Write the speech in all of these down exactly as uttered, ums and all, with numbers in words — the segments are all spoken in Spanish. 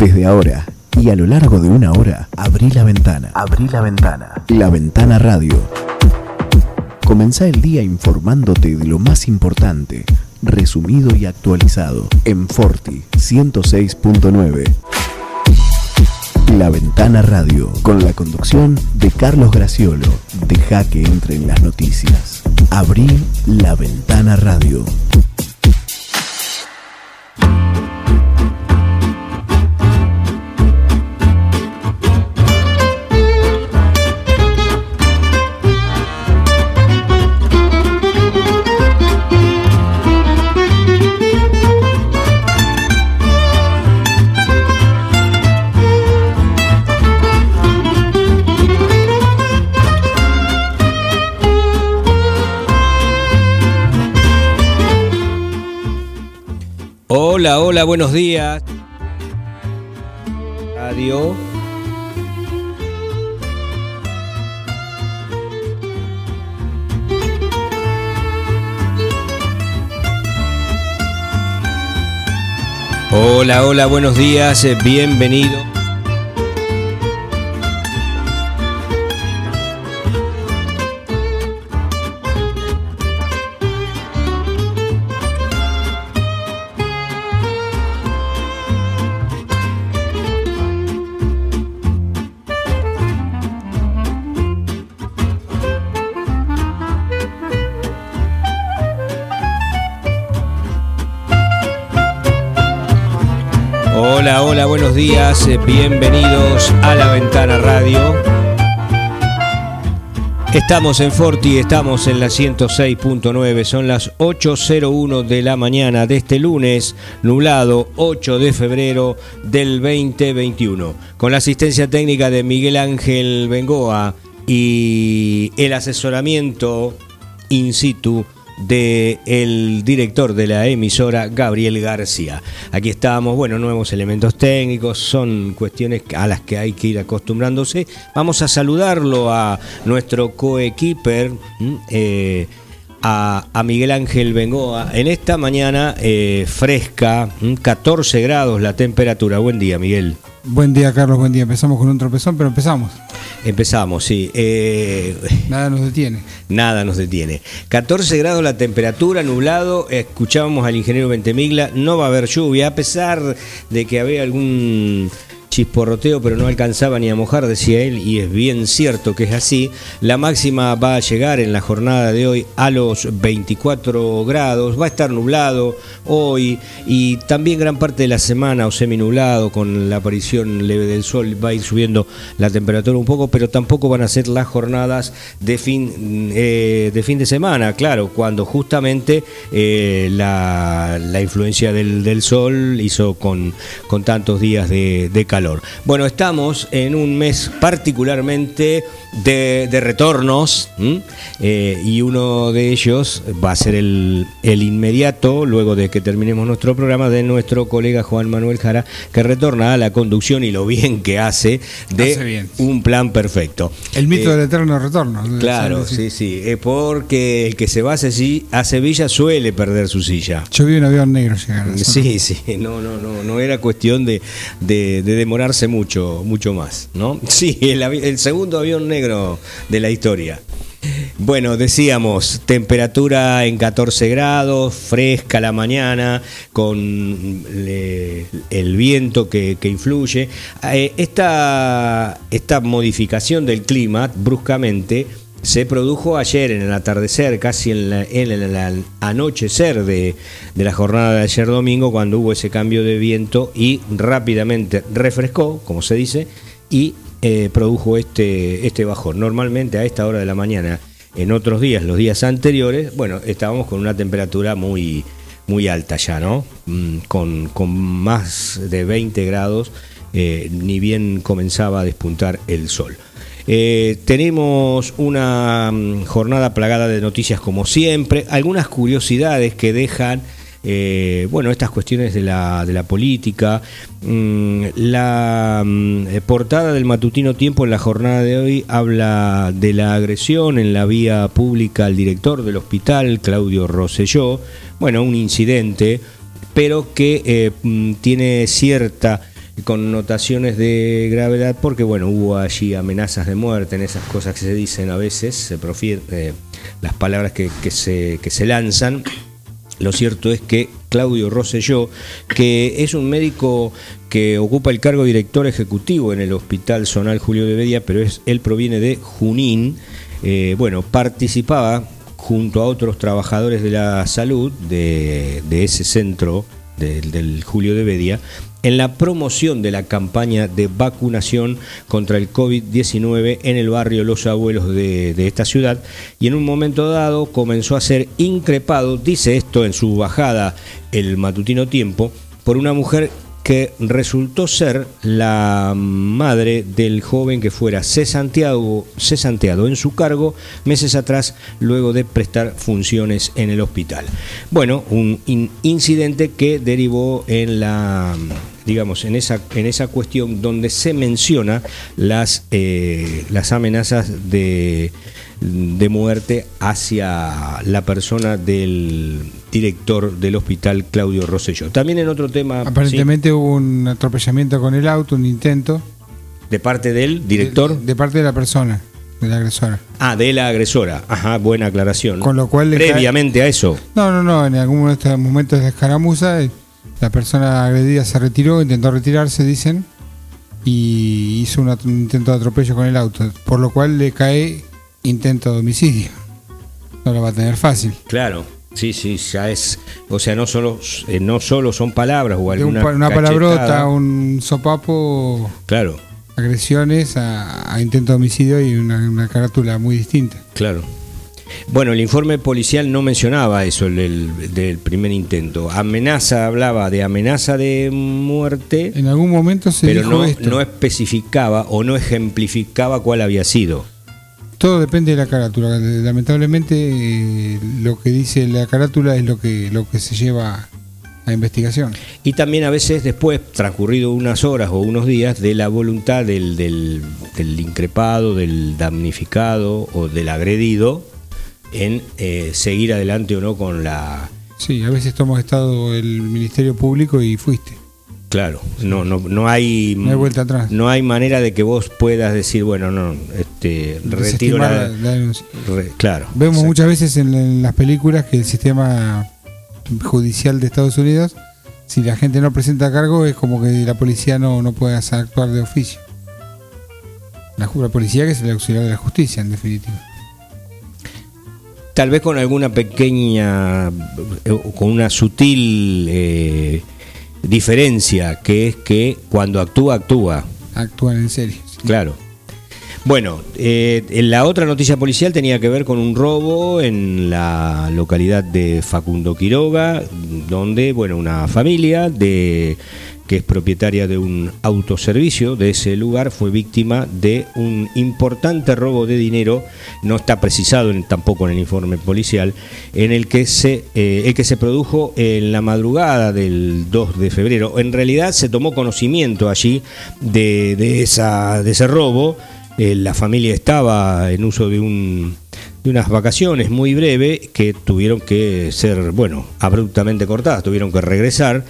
Desde ahora y a lo largo de una hora, abrí la ventana. Abrí la ventana. La Ventana Radio. Comenzá el día informándote de lo más importante, resumido y actualizado, en Forti ciento seis punto nueve. La Ventana Radio, con la conducción de Carlos Graciolo. Deja que entren las noticias. Abrí la Ventana Radio. Hola, hola, buenos días. Radio. Hola, hola, buenos días, bienvenido. Hola, hola, buenos días, bienvenidos a La Ventana Radio. Estamos en Forti, estamos en la ciento seis punto nueve, son las ocho cero uno de la mañana de este lunes, nublado, ocho de febrero del veinte veintiuno. Con la asistencia técnica de Miguel Ángel Bengoa y el asesoramiento in situ del director de la emisora, Gabriel García. Aquí estamos, bueno, nuevos elementos técnicos, son cuestiones a las que hay que ir acostumbrándose. Vamos a saludarlo a nuestro coequiper, eh, a, a Miguel Ángel Bengoa, en esta mañana eh, fresca, catorce grados la temperatura. Buen día, Miguel. Buen día, Carlos, buen día. Empezamos con un tropezón, pero empezamos. Empezamos, sí. Eh, nada nos detiene. Nada nos detiene. catorce grados la temperatura, nublado. Escuchábamos al ingeniero Ventemiglia. No va a haber lluvia, a pesar de que había algún chisporroteo, pero no alcanzaba ni a mojar, decía él, y es bien cierto que es así. La máxima va a llegar en la jornada de hoy a los veinticuatro grados, va a estar nublado hoy y también gran parte de la semana o seminublado, con la aparición leve del sol va a ir subiendo la temperatura un poco, pero tampoco van a ser las jornadas de fin, eh, de, fin de semana, claro, cuando justamente eh, la, la influencia del, del sol hizo con, con tantos días de, de calor. Bueno, estamos en un mes particularmente de, de retornos, eh, y uno de ellos va a ser el, el inmediato, luego de que terminemos nuestro programa, de nuestro colega Juan Manuel Jara, que retorna a la conducción y lo bien que hace de hace un plan perfecto. El mito eh, del eterno retorno. Claro, sí, sí, eh, porque el que se va a Sevilla suele perder su silla. Yo vi un avión negro llegar. Sí, sí, no, no, no, no era cuestión de, de, de demorarse mucho, mucho más, ¿no? Sí, el, el segundo avión negro de la historia. Bueno, decíamos, temperatura en catorce grados, fresca la mañana, con le, el viento que, que influye. Eh, esta, esta modificación del clima, bruscamente, se produjo ayer en el atardecer, casi en, la, en el anochecer de, de la jornada de ayer domingo, cuando hubo ese cambio de viento y rápidamente refrescó, como se dice, y eh, produjo este, este bajón. Normalmente a esta hora de la mañana, en otros días, los días anteriores, bueno, estábamos con una temperatura muy, muy alta ya, ¿no? Mm, con, con más de veinte grados, eh, ni bien comenzaba a despuntar el sol. Eh, tenemos una jornada plagada de noticias como siempre, algunas curiosidades que dejan eh, bueno, estas cuestiones de la, de la política. Mm, la mm, portada del matutino Tiempo en la jornada de hoy habla de la agresión en la vía pública al director del hospital, Claudio Rosselló. Bueno, un incidente, pero que eh, tiene cierta connotaciones de gravedad porque, bueno, hubo allí amenazas de muerte, en esas cosas que se dicen a veces, se profieren, eh, las palabras que, que, se, que se lanzan. Lo cierto es que Claudio Rosselló, que es un médico que ocupa el cargo de director ejecutivo en el Hospital Zonal Julio de Vedia, pero es, él proviene de Junín, eh, bueno, participaba junto a otros trabajadores de la salud de, de ese centro del, del Julio de Vedia, en la promoción de la campaña de vacunación contra el COVID diecinueve en el barrio Los Abuelos de, de esta ciudad, y en un momento dado comenzó a ser increpado, dice esto en su bajada El Matutino Tiempo, por una mujer que resultó ser la madre del joven que fuera cesanteado, cesanteado en su cargo meses atrás, luego de prestar funciones en el hospital. Bueno, un in- incidente que derivó en la, digamos, en esa, en esa cuestión donde se menciona las, eh, las amenazas de, de muerte hacia la persona del director del hospital, Claudio Rosselló. También en otro tema... Aparentemente ¿sí? hubo un atropellamiento con el auto, un intento. ¿De parte del director? De, de parte de la persona, de la agresora. Ah, de la agresora. Ajá, buena aclaración. Con lo cual... Previamente cae... a eso. No, no, no, en algún de estos momentos de escaramuza, la persona agredida se retiró, intentó retirarse, dicen, y hizo un, un intento de atropello con el auto, por lo cual le cae intento de homicidio. No lo va a tener fácil. Claro. Sí, sí, ya es, o sea, no solo eh, no solo son palabras o alguna un, una cachetada. palabrota, un sopapo, claro, agresiones a, a intento de homicidio y una, una carátula muy distinta. Claro. Bueno, el informe policial no mencionaba eso el, el, del primer intento. Amenaza, hablaba de amenaza de muerte. En algún momento se pero dijo no, esto. no especificaba o no ejemplificaba cuál había sido. Todo depende de la carátula. Lamentablemente, eh, lo que dice la carátula es lo que lo que se lleva a investigación. Y también a veces después, transcurrido unas horas o unos días, de la voluntad del, del, del increpado, del damnificado o del agredido en eh, seguir adelante o no con la... Sí, a veces toma estado el Ministerio Público y fuiste. Claro, no, no, no hay no hay vuelta atrás. No hay manera de que vos puedas decir, bueno, no, este, retiro la, la, la denuncia. Re, claro. Vemos exacto. muchas veces en, en las películas que el sistema judicial de Estados Unidos, si la gente no presenta cargo, es como que la policía no, no puede hacer actuar de oficio. La, la policía que es el auxiliar de la justicia, en definitiva. Tal vez con alguna pequeña, con una sutil eh, diferencia, que es que cuando actúa, actúa. Actúan en serio. Sí. Claro. Bueno, eh, la otra noticia policial tenía que ver con un robo en la localidad de Facundo Quiroga, donde, bueno, una familia de que es propietaria de un autoservicio de ese lugar fue víctima de un importante robo de dinero, no está precisado en, tampoco en el informe policial, en el que se eh, el que se produjo en la madrugada del dos de febrero. En realidad se tomó conocimiento allí de, de, esa, de ese robo. Eh, la familia estaba en uso de un de unas vacaciones muy breves que tuvieron que ser, bueno, abruptamente cortadas, tuvieron que regresar.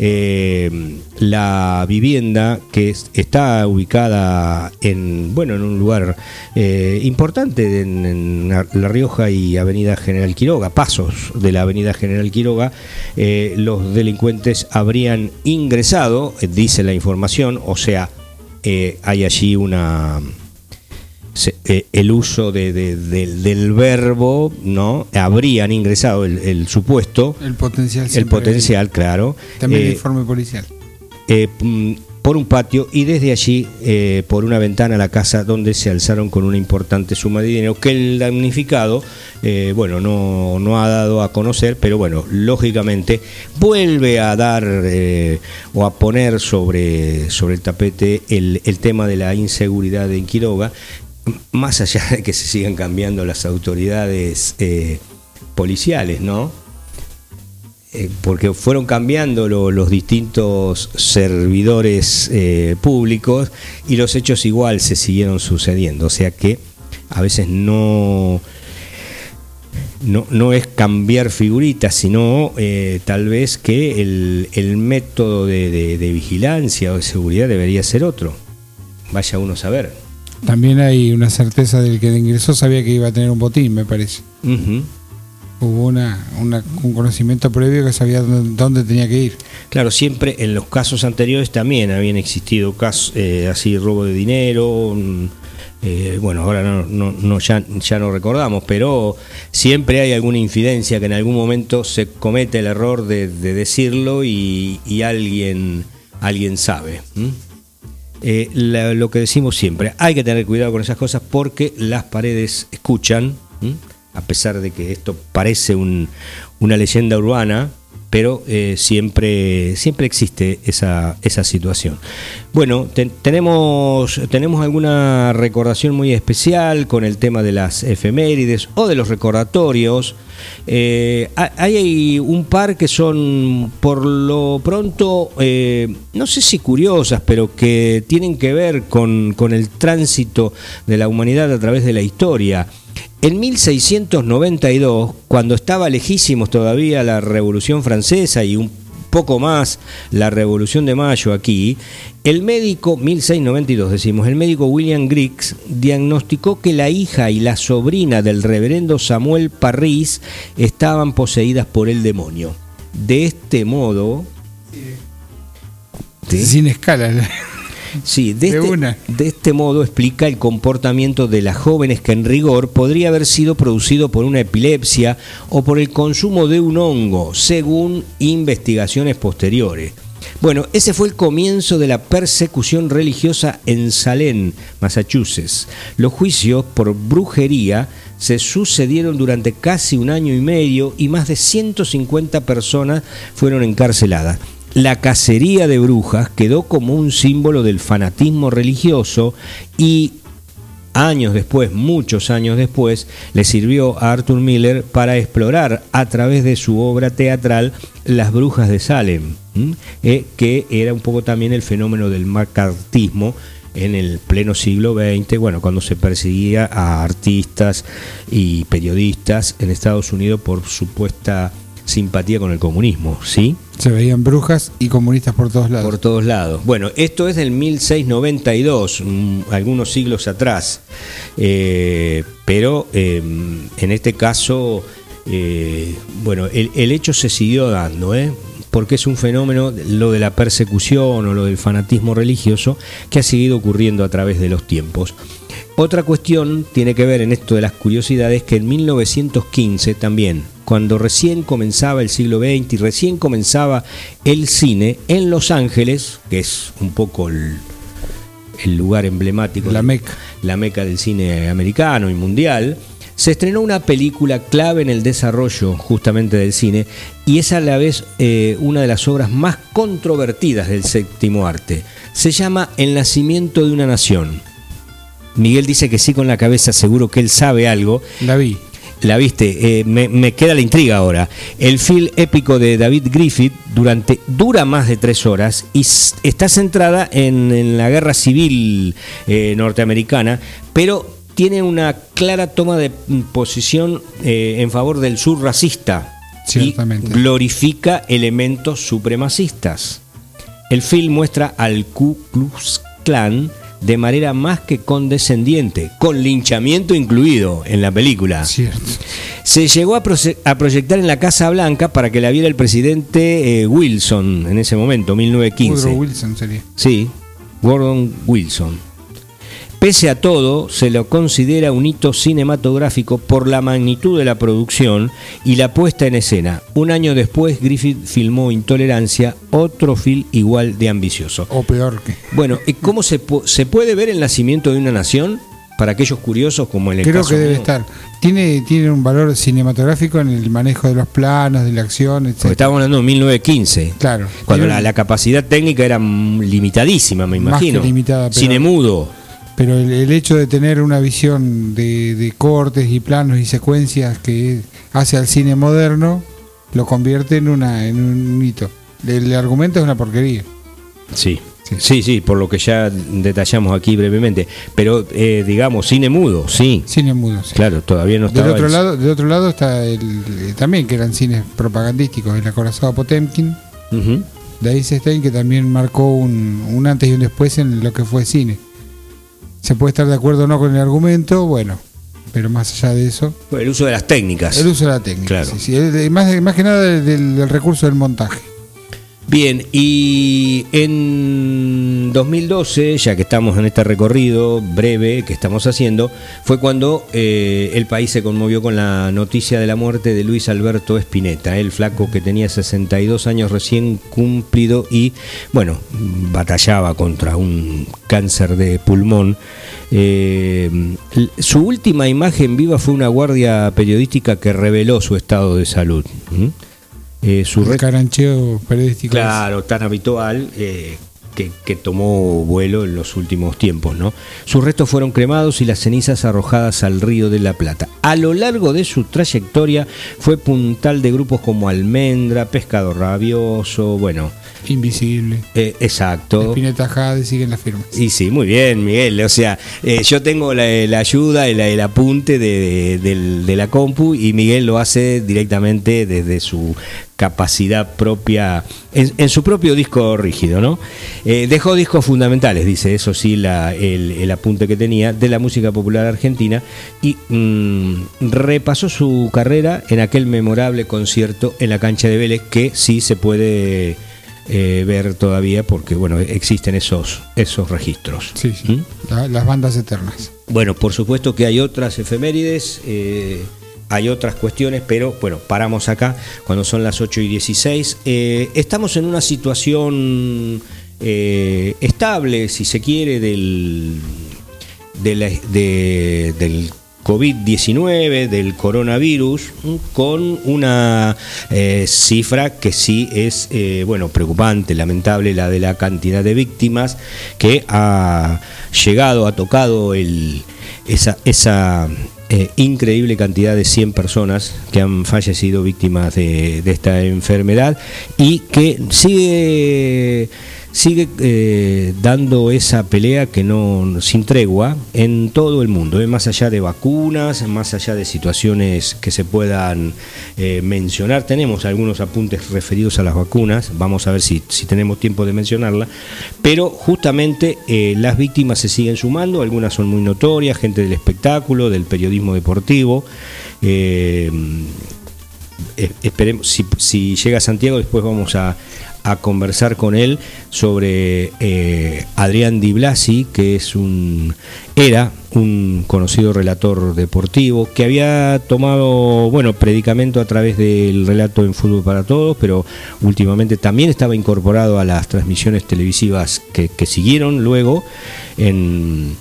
Eh, la vivienda que es, está ubicada en, bueno, en un lugar eh, importante en, en La Rioja y Avenida General Quiroga, pasos de la Avenida General Quiroga, eh, los delincuentes habrían ingresado, eh, dice la información, o sea, eh, hay allí una... Se, eh, el uso de, de, de, del verbo, ¿no? Habrían ingresado el, el supuesto, el potencial, el potencial, hay. Claro. También eh, el informe policial. Eh, por un patio y desde allí eh, por una ventana a la casa, donde se alzaron con una importante suma de dinero que el damnificado, eh, bueno, no, no ha dado a conocer, pero bueno, lógicamente vuelve a dar eh, o a poner sobre, sobre el tapete el, el tema de la inseguridad en Quiroga. Más allá de que se sigan cambiando las autoridades eh, policiales, ¿no? Eh, porque fueron cambiando lo, los distintos servidores eh, públicos y los hechos igual se siguieron sucediendo. O sea que a veces no... no, no es cambiar figuritas, sino eh, tal vez que el, el método de, de, de vigilancia o de seguridad debería ser otro. Vaya uno a saber. También hay una certeza del que ingresó sabía que iba a tener un botín, me parece. Uh-huh. Hubo una, una, un conocimiento previo que sabía dónde, dónde tenía que ir. Claro, siempre en los casos anteriores también habían existido casos eh, así, robo de dinero. Eh, bueno, ahora no, no, no ya, ya no recordamos, pero siempre hay alguna infidencia que en algún momento se comete el error de, de decirlo y, y alguien, alguien sabe. ¿Mm? Eh, la, lo que decimos siempre, hay que tener cuidado con esas cosas porque las paredes escuchan. ¿Mm? A pesar de que esto parece un, una leyenda urbana, pero eh, siempre, siempre existe esa, esa situación. Bueno, te, tenemos, tenemos alguna recordación muy especial con el tema de las efemérides o de los recordatorios. Eh, hay un par que son, por lo pronto, eh, no sé si curiosas, pero que tienen que ver con, con el tránsito de la humanidad a través de la historia. En mil seiscientos noventa y dos, cuando estaba lejísimos todavía la Revolución Francesa y un poco más la Revolución de Mayo aquí, el médico, mil seiscientos noventa y dos decimos, el médico William Griggs diagnosticó que la hija y la sobrina del reverendo Samuel Parris estaban poseídas por el demonio. De este modo... ¿Sí? Sin escala. Sí, de este, de este modo explica el comportamiento de las jóvenes que en rigor podría haber sido producido por una epilepsia o por el consumo de un hongo, según investigaciones posteriores. Bueno, ese fue el comienzo de la persecución religiosa en Salem, Massachusetts. Los juicios por brujería se sucedieron durante casi un año y medio y más de ciento cincuenta personas fueron encarceladas. La cacería de brujas quedó como un símbolo del fanatismo religioso y años después, muchos años después, le sirvió a Arthur Miller para explorar a través de su obra teatral Las brujas de Salem, ¿eh? que era un poco también el fenómeno del macartismo en el pleno siglo veinte, bueno, cuando se perseguía a artistas y periodistas en Estados Unidos por supuesta simpatía con el comunismo, ¿sí? Se veían brujas y comunistas por todos lados. Por todos lados. Bueno, esto es del mil seiscientos noventa y dos, mmm, algunos siglos atrás, eh, pero eh, en este caso, eh, bueno, el, el hecho se siguió dando, ¿eh? Porque es un fenómeno, lo de la persecución o lo del fanatismo religioso, que ha seguido ocurriendo a través de los tiempos. Otra cuestión tiene que ver en esto de las curiosidades, que en mil novecientos quince también, cuando recién comenzaba el siglo veinte y recién comenzaba el cine, en Los Ángeles, que es un poco el, el lugar emblemático, la meca. la meca del cine americano y mundial, se estrenó una película clave en el desarrollo justamente del cine y es a la vez eh, una de las obras más controvertidas del séptimo arte. Se llama El nacimiento de una nación. Miguel dice que sí con la cabeza, seguro que él sabe algo. La vi. La viste, eh, me, me queda la intriga ahora. El film épico de David Griffith durante, dura más de tres horas y s- está centrada en, en la guerra civil eh, norteamericana, pero tiene una clara toma de posición eh, en favor del sur racista. Ciertamente. Y glorifica elementos supremacistas. El film muestra al Ku Klux Klan de manera más que condescendiente, con linchamiento incluido en la película. Cierto. Se llegó a, proce- a proyectar en la Casa Blanca para que la viera el presidente eh, Wilson en ese momento, mil novecientos quince. Woodrow Wilson sería. Sí, Gordon Wilson. Pese a todo, se lo considera un hito cinematográfico por la magnitud de la producción y la puesta en escena. Un año después, Griffith filmó Intolerancia, otro film igual de ambicioso. O peor que. Bueno, ¿cómo se, pu- se puede ver el nacimiento de una nación? Para aquellos curiosos, como en el Creo caso que debe mío. estar. Tiene, tiene un valor cinematográfico en el manejo de los planos, de la acción, etcétera. Porque estábamos hablando de mil novecientos quince. Claro. Cuando Tiene- la, la capacidad técnica era mm, limitadísima, me Más que imagino. limitada, pero- Cine mudo. Pero el, el hecho de tener una visión de, de cortes y planos y secuencias que hace al cine moderno lo convierte en una en un hito. El argumento es una porquería. Sí. existe. Sí, sí, por lo que ya detallamos aquí brevemente. Pero, eh, digamos, cine mudo, sí. Cine mudo, sí. Claro, todavía no estaba... Del otro el- lado, del otro lado está el, eh, también que eran cines propagandísticos, el acorazado Potemkin, Ujú. de Eisenstein, que también marcó un, un antes y un después en lo que fue cine. Se puede estar de acuerdo o no con el argumento, bueno, pero más allá de eso, El uso de las técnicas. el uso de la técnica. Claro. Sí, sí, el- más, más que nada del, del- del recurso del montaje. Bien, y en dos mil doce, ya que estamos en este recorrido breve que estamos haciendo, fue cuando eh, el país se conmovió con la noticia de la muerte de Luis Alberto Spinetta, el flaco que tenía sesenta y dos años recién cumplido y, bueno, batallaba contra un cáncer de pulmón. Eh, l- su última imagen viva fue una guardia periodística que reveló su estado de salud. ¿Mm? Eh, su El re- carancheo periodístico. Claro, tan habitual eh, que, que tomó vuelo en los últimos tiempos, ¿no? Sus restos fueron cremados y las cenizas arrojadas al Río de la Plata. A lo largo de su trayectoria fue puntal de grupos como Almendra, Pescado Rabioso, bueno, Invisible. eh, exacto. Spinetta Jade siguen las firmas. Y sí, muy bien, Miguel. O sea, eh, yo tengo la, la ayuda, el, el apunte de, de, del- de la compu y Miguel lo hace directamente desde su capacidad propia, en, en su propio disco rígido, ¿no? Eh, dejó discos fundamentales, dice, eso sí, la, el, el apunte que tenía, de la música popular argentina y mm, repasó su carrera en aquel memorable concierto en la cancha de Vélez que sí se puede... Eh, ver todavía porque bueno existen esos esos registros. Sí, sí. ¿Mm? La- las bandas eternas. Bueno, por supuesto que hay otras efemérides, eh, hay otras cuestiones, pero bueno, paramos acá cuando son las ocho y dieciséis. Eh, estamos en una situación eh, estable, si se quiere, del, de la- de- del COVID diecinueve, del coronavirus, con una eh, cifra que sí es eh, bueno preocupante, lamentable, la de la cantidad de víctimas que ha llegado, ha tocado el, esa, esa eh, increíble cantidad de cien personas que han fallecido víctimas de, de esta enfermedad y que sigue... sigue eh, dando esa pelea que no sin tregua en todo el mundo, eh, más allá de vacunas, más allá de situaciones que se puedan eh, mencionar. Tenemos algunos apuntes referidos a las vacunas, vamos a ver si, si tenemos tiempo de mencionarla, pero justamente eh, las víctimas se siguen sumando, algunas son muy notorias, gente del espectáculo, del periodismo deportivo. eh, eh, esperemos, si, si llega Santiago después vamos a a conversar con él sobre eh, Adrián Di Blasi, que es un era un conocido relator deportivo que había tomado bueno predicamento a través del relato en Fútbol para Todos, pero últimamente también estaba incorporado a las transmisiones televisivas que, que siguieron luego en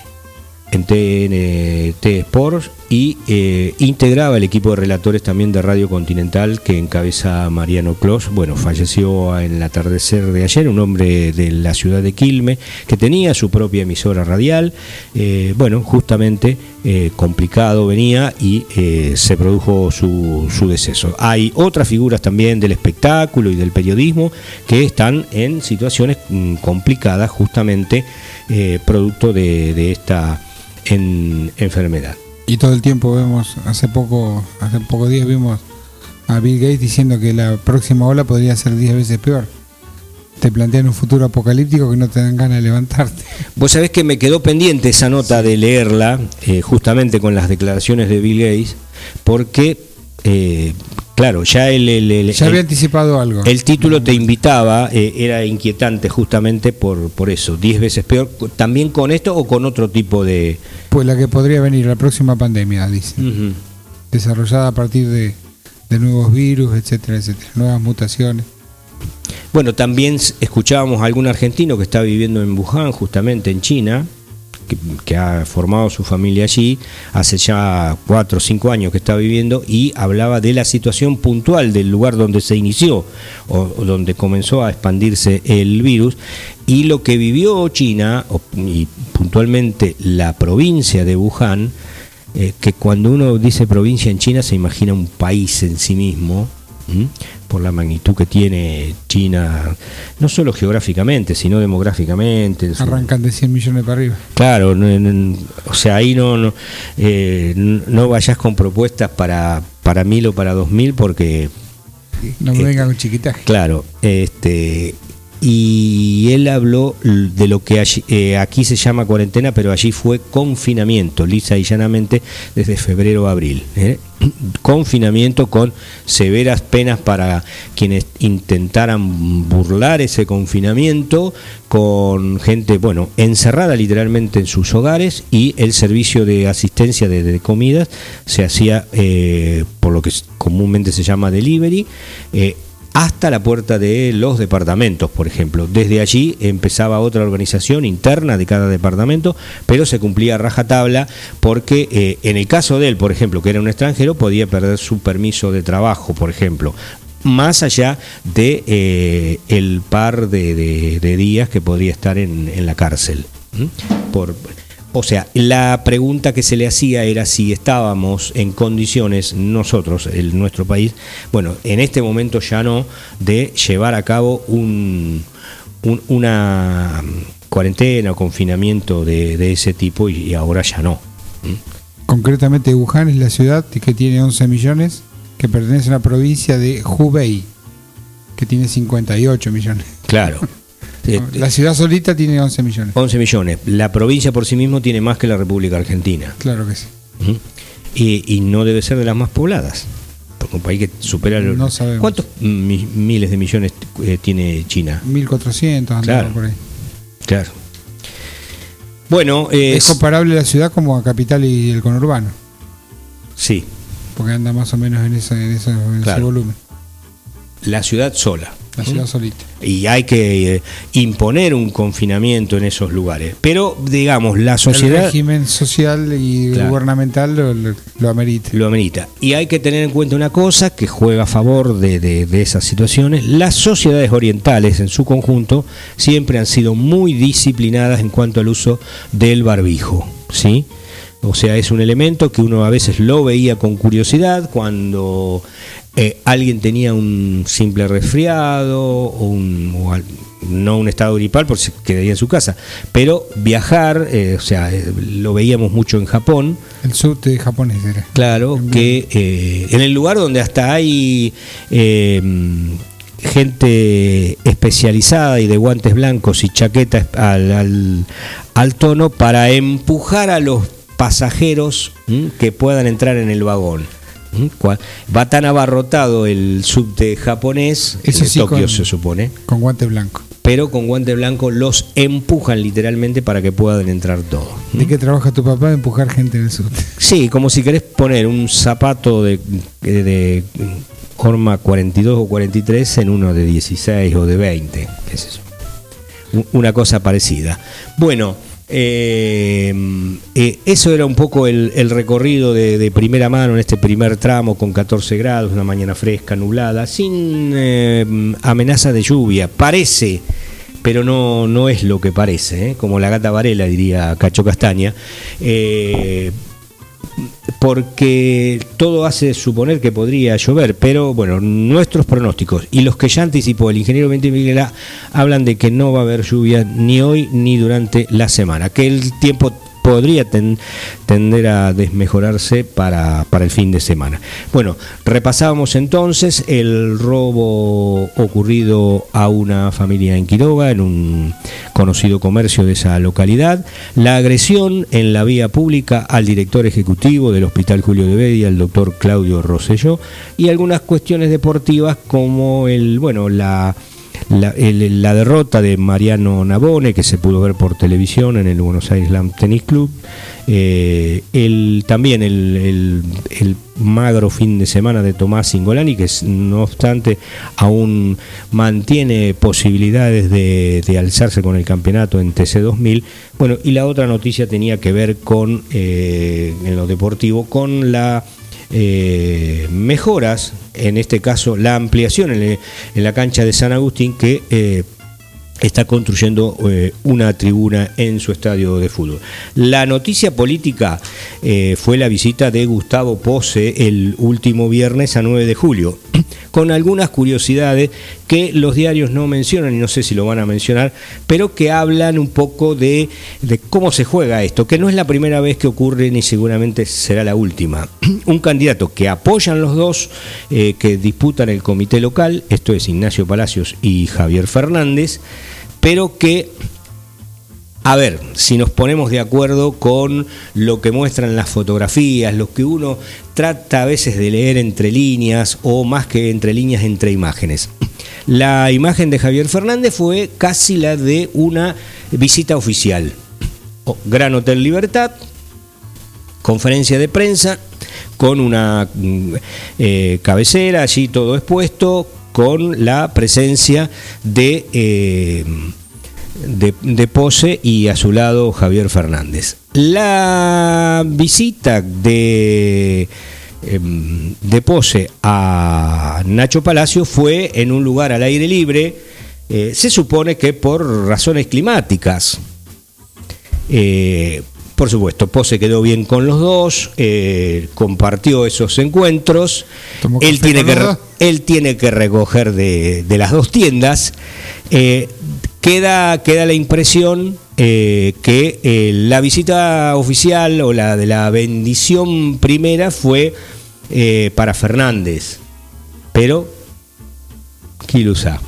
en T N T Sports y eh, integraba el equipo de relatores también de Radio Continental que encabeza Mariano Clos. Bueno, falleció en el atardecer de ayer, un hombre de la ciudad de Quilmes que tenía su propia emisora radial. Eh, bueno, justamente eh, complicado venía y eh, se produjo su, su deceso. Hay otras figuras también del espectáculo y del periodismo que están en situaciones mm, complicadas justamente eh, producto de, de esta en enfermedad. Y todo el tiempo vemos, hace poco, hace pocos días vimos a Bill Gates diciendo que la próxima ola podría ser diez veces peor. Te plantean un futuro apocalíptico que no te dan ganas de levantarte. Vos sabés que me quedó pendiente esa nota de leerla, eh, justamente con las declaraciones de Bill Gates, porque, eh, claro, ya el, el, el, Ya había el, anticipado algo. el título te invitaba, eh, era inquietante justamente por, por eso, diez veces peor, también con esto o con otro tipo de... Pues la que podría venir, la próxima pandemia, dicen. Uh-huh. Desarrollada a partir de, de nuevos virus, etcétera, etcétera, nuevas mutaciones. Bueno, también escuchábamos a algún argentino que está viviendo en Wuhan, justamente en China, que, que ha formado su familia allí, hace ya cuatro o cinco años que está viviendo, y hablaba de la situación puntual del lugar donde se inició o, o donde comenzó a expandirse el virus, y lo que vivió China, o, y puntualmente la provincia de Wuhan, eh, que cuando uno dice provincia en China se imagina un país en sí mismo, ¿m? por la magnitud que tiene China, no solo geográficamente, sino demográficamente. Arrancan de cien millones para arriba. Claro, no, no, o sea, ahí no no, eh, no vayas con propuestas para, para mil o para dos mil porque... No me venga con chiquitaje. Claro, este... y él habló de lo que allí, eh, aquí se llama cuarentena, pero allí fue confinamiento, lisa y llanamente, desde febrero a abril. ¿eh? Confinamiento con severas penas para quienes intentaran burlar ese confinamiento, con gente, bueno, encerrada literalmente en sus hogares, y el servicio de asistencia de, de comidas se hacía eh, por lo que comúnmente se llama delivery, eh, hasta la puerta de los departamentos, por ejemplo. Desde allí empezaba otra organización interna de cada departamento, pero se cumplía a rajatabla porque eh, en el caso de él, por ejemplo, que era un extranjero, podía perder su permiso de trabajo, por ejemplo, más allá de eh, el par de, de, de días que podría estar en, en la cárcel. ¿Mm? Por... O sea, la pregunta que se le hacía era si estábamos en condiciones, nosotros, el, nuestro país, bueno, en este momento ya no, de llevar a cabo un, un, una cuarentena o confinamiento de, de ese tipo, y, y ahora ya no. ¿Mm? Concretamente, Wuhan es la ciudad que tiene once millones, que pertenece a una provincia de Hubei, que tiene cincuenta y ocho millones. Claro. La ciudad solita tiene once millones. once millones. La provincia por sí mismo tiene más que la República Argentina. Claro que sí. Uh-huh. y, y no debe ser de las más pobladas. Porque un país que supera... Los, no sabemos. ¿Cuántos mi, miles de millones eh, tiene China? mil cuatrocientos, claro, por ahí. Claro. Bueno... Eh, es comparable la ciudad como a capital y el conurbano. Sí. Porque anda más o menos en, esa, en, esa, en claro. ese volumen. La ciudad sola. La ciudad solita. Y hay que eh, imponer un confinamiento en esos lugares. Pero, digamos, la sociedad... El régimen social y claro. gubernamental lo, lo, lo amerita. Lo amerita. Y hay que tener en cuenta una cosa que juega a favor de, de, de esas situaciones. Las sociedades orientales, en su conjunto, siempre han sido muy disciplinadas en cuanto al uso del barbijo, ¿sí? O sea, es un elemento que uno a veces lo veía con curiosidad cuando eh, alguien tenía un simple resfriado o, un, o al, no un estado gripal porque se quedaría en su casa, pero viajar, eh, o sea, eh, lo veíamos mucho en Japón. El subte japonés era. Claro, que eh, en el lugar donde hasta hay... Eh, gente especializada y de guantes blancos y chaquetas al, al, al tono para empujar a los pasajeros ¿m? que puedan entrar en el vagón. ¿M? Va tan abarrotado el subte japonés, eso de sí, Tokio con, se supone, con guante blanco. Pero con guante blanco los empujan literalmente para que puedan entrar todos. ¿De qué trabaja tu papá? De empujar gente en el subte. Sí, como si querés poner un zapato de, de, de forma cuarenta y dos o cuarenta y tres en uno de dieciséis o de veinte, qué es eso. Una cosa parecida. Bueno, eh, eh, eso era un poco el, el recorrido de, de primera mano en este primer tramo con catorce grados, una mañana fresca, nublada, sin eh, amenaza de lluvia. Parece, pero no, no es lo que parece, ¿eh? Como la gata Varela, diría Cacho Castaña. Eh, porque todo hace suponer que podría llover, pero bueno, nuestros pronósticos y los que ya anticipó el ingeniero Ventimiglia hablan de que no va a haber lluvia ni hoy ni durante la semana, que el tiempo podría ten, tender a desmejorarse para, para el fin de semana. Bueno, repasábamos entonces el robo ocurrido a una familia en Quiroga, en un conocido comercio de esa localidad, la agresión en la vía pública al director ejecutivo del Hospital Julio de Bedia, el doctor Claudio Rosselló, y algunas cuestiones deportivas como el, bueno, la La, el, la derrota de Mariano Navone, que se pudo ver por televisión en el Buenos Aires Slam Tennis Club, eh, el, también el, el, el magro fin de semana de Tomás Ingolani, que no obstante aún mantiene posibilidades de, de alzarse con el campeonato en T C dos mil. Bueno, y la otra noticia tenía que ver con, eh, en lo deportivo, con la Eh, mejoras, en este caso la ampliación en, en la cancha de San Agustín, que eh, está construyendo eh, una tribuna en su estadio de fútbol. La noticia política eh, fue la visita de Gustavo Posse el último viernes a nueve de julio, con algunas curiosidades que los diarios no mencionan y no sé si lo van a mencionar, pero que hablan un poco de, de cómo se juega esto, que no es la primera vez que ocurre ni seguramente será la última. Un candidato que apoyan los dos, eh, que disputan el comité local, esto es Ignacio Palacios y Javier Fernández, pero que, a ver, si nos ponemos de acuerdo con lo que muestran las fotografías, lo que uno trata a veces de leer entre líneas o más que entre líneas, entre imágenes. La imagen de Javier Fernández fue casi la de una visita oficial. Oh, Gran Hotel Libertad, conferencia de prensa, con una eh, cabecera, allí todo expuesto, con la presencia de, eh, de, de Posse y a su lado Javier Fernández. La visita de, eh, de Posse a Nacho Palacio fue en un lugar al aire libre, eh, se supone que por razones climáticas. Eh, Por supuesto, Posse quedó bien con los dos, eh, compartió esos encuentros. Él tiene, que, él tiene que recoger de, de las dos tiendas. Eh, queda, queda la impresión eh, que eh, la visita oficial o la de la bendición primera fue eh, para Fernández. Pero, ¿quién lo usa?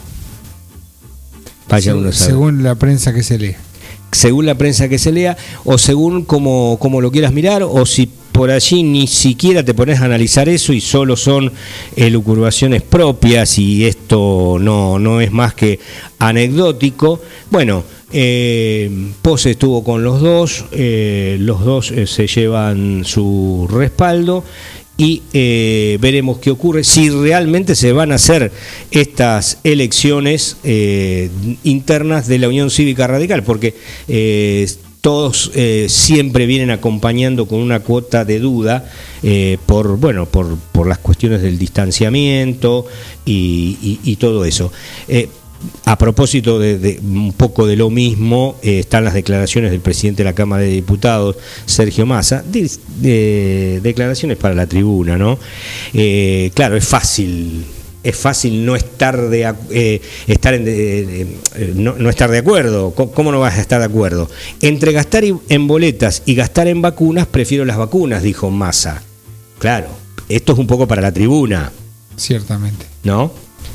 Vaya uno sabe. Según la prensa que se lee. Según la prensa que se lea, o según como, como lo quieras mirar, o si por allí ni siquiera te pones a analizar eso y solo son elucubraciones propias y esto no, no es más que anecdótico. Bueno, eh, Posse estuvo con los dos, eh, los dos eh, se llevan su respaldo. Y eh, veremos qué ocurre, si realmente se van a hacer estas elecciones eh, internas de la Unión Cívica Radical, porque eh, todos eh, siempre vienen acompañando con una cuota de duda eh, por, bueno, por, por las cuestiones del distanciamiento y, y, y todo eso. Eh, A propósito de, de un poco de lo mismo, eh, están las declaraciones del presidente de la Cámara de Diputados, Sergio Massa, de, de, declaraciones para la tribuna, ¿no? Eh, claro, es fácil, es fácil no estar de eh, estar en, de, de, de, no, no estar de acuerdo. ¿Cómo no vas a estar de acuerdo? Entre gastar en boletas y gastar en vacunas, prefiero las vacunas, dijo Massa. Claro, esto es un poco para la tribuna. Ciertamente. ¿No?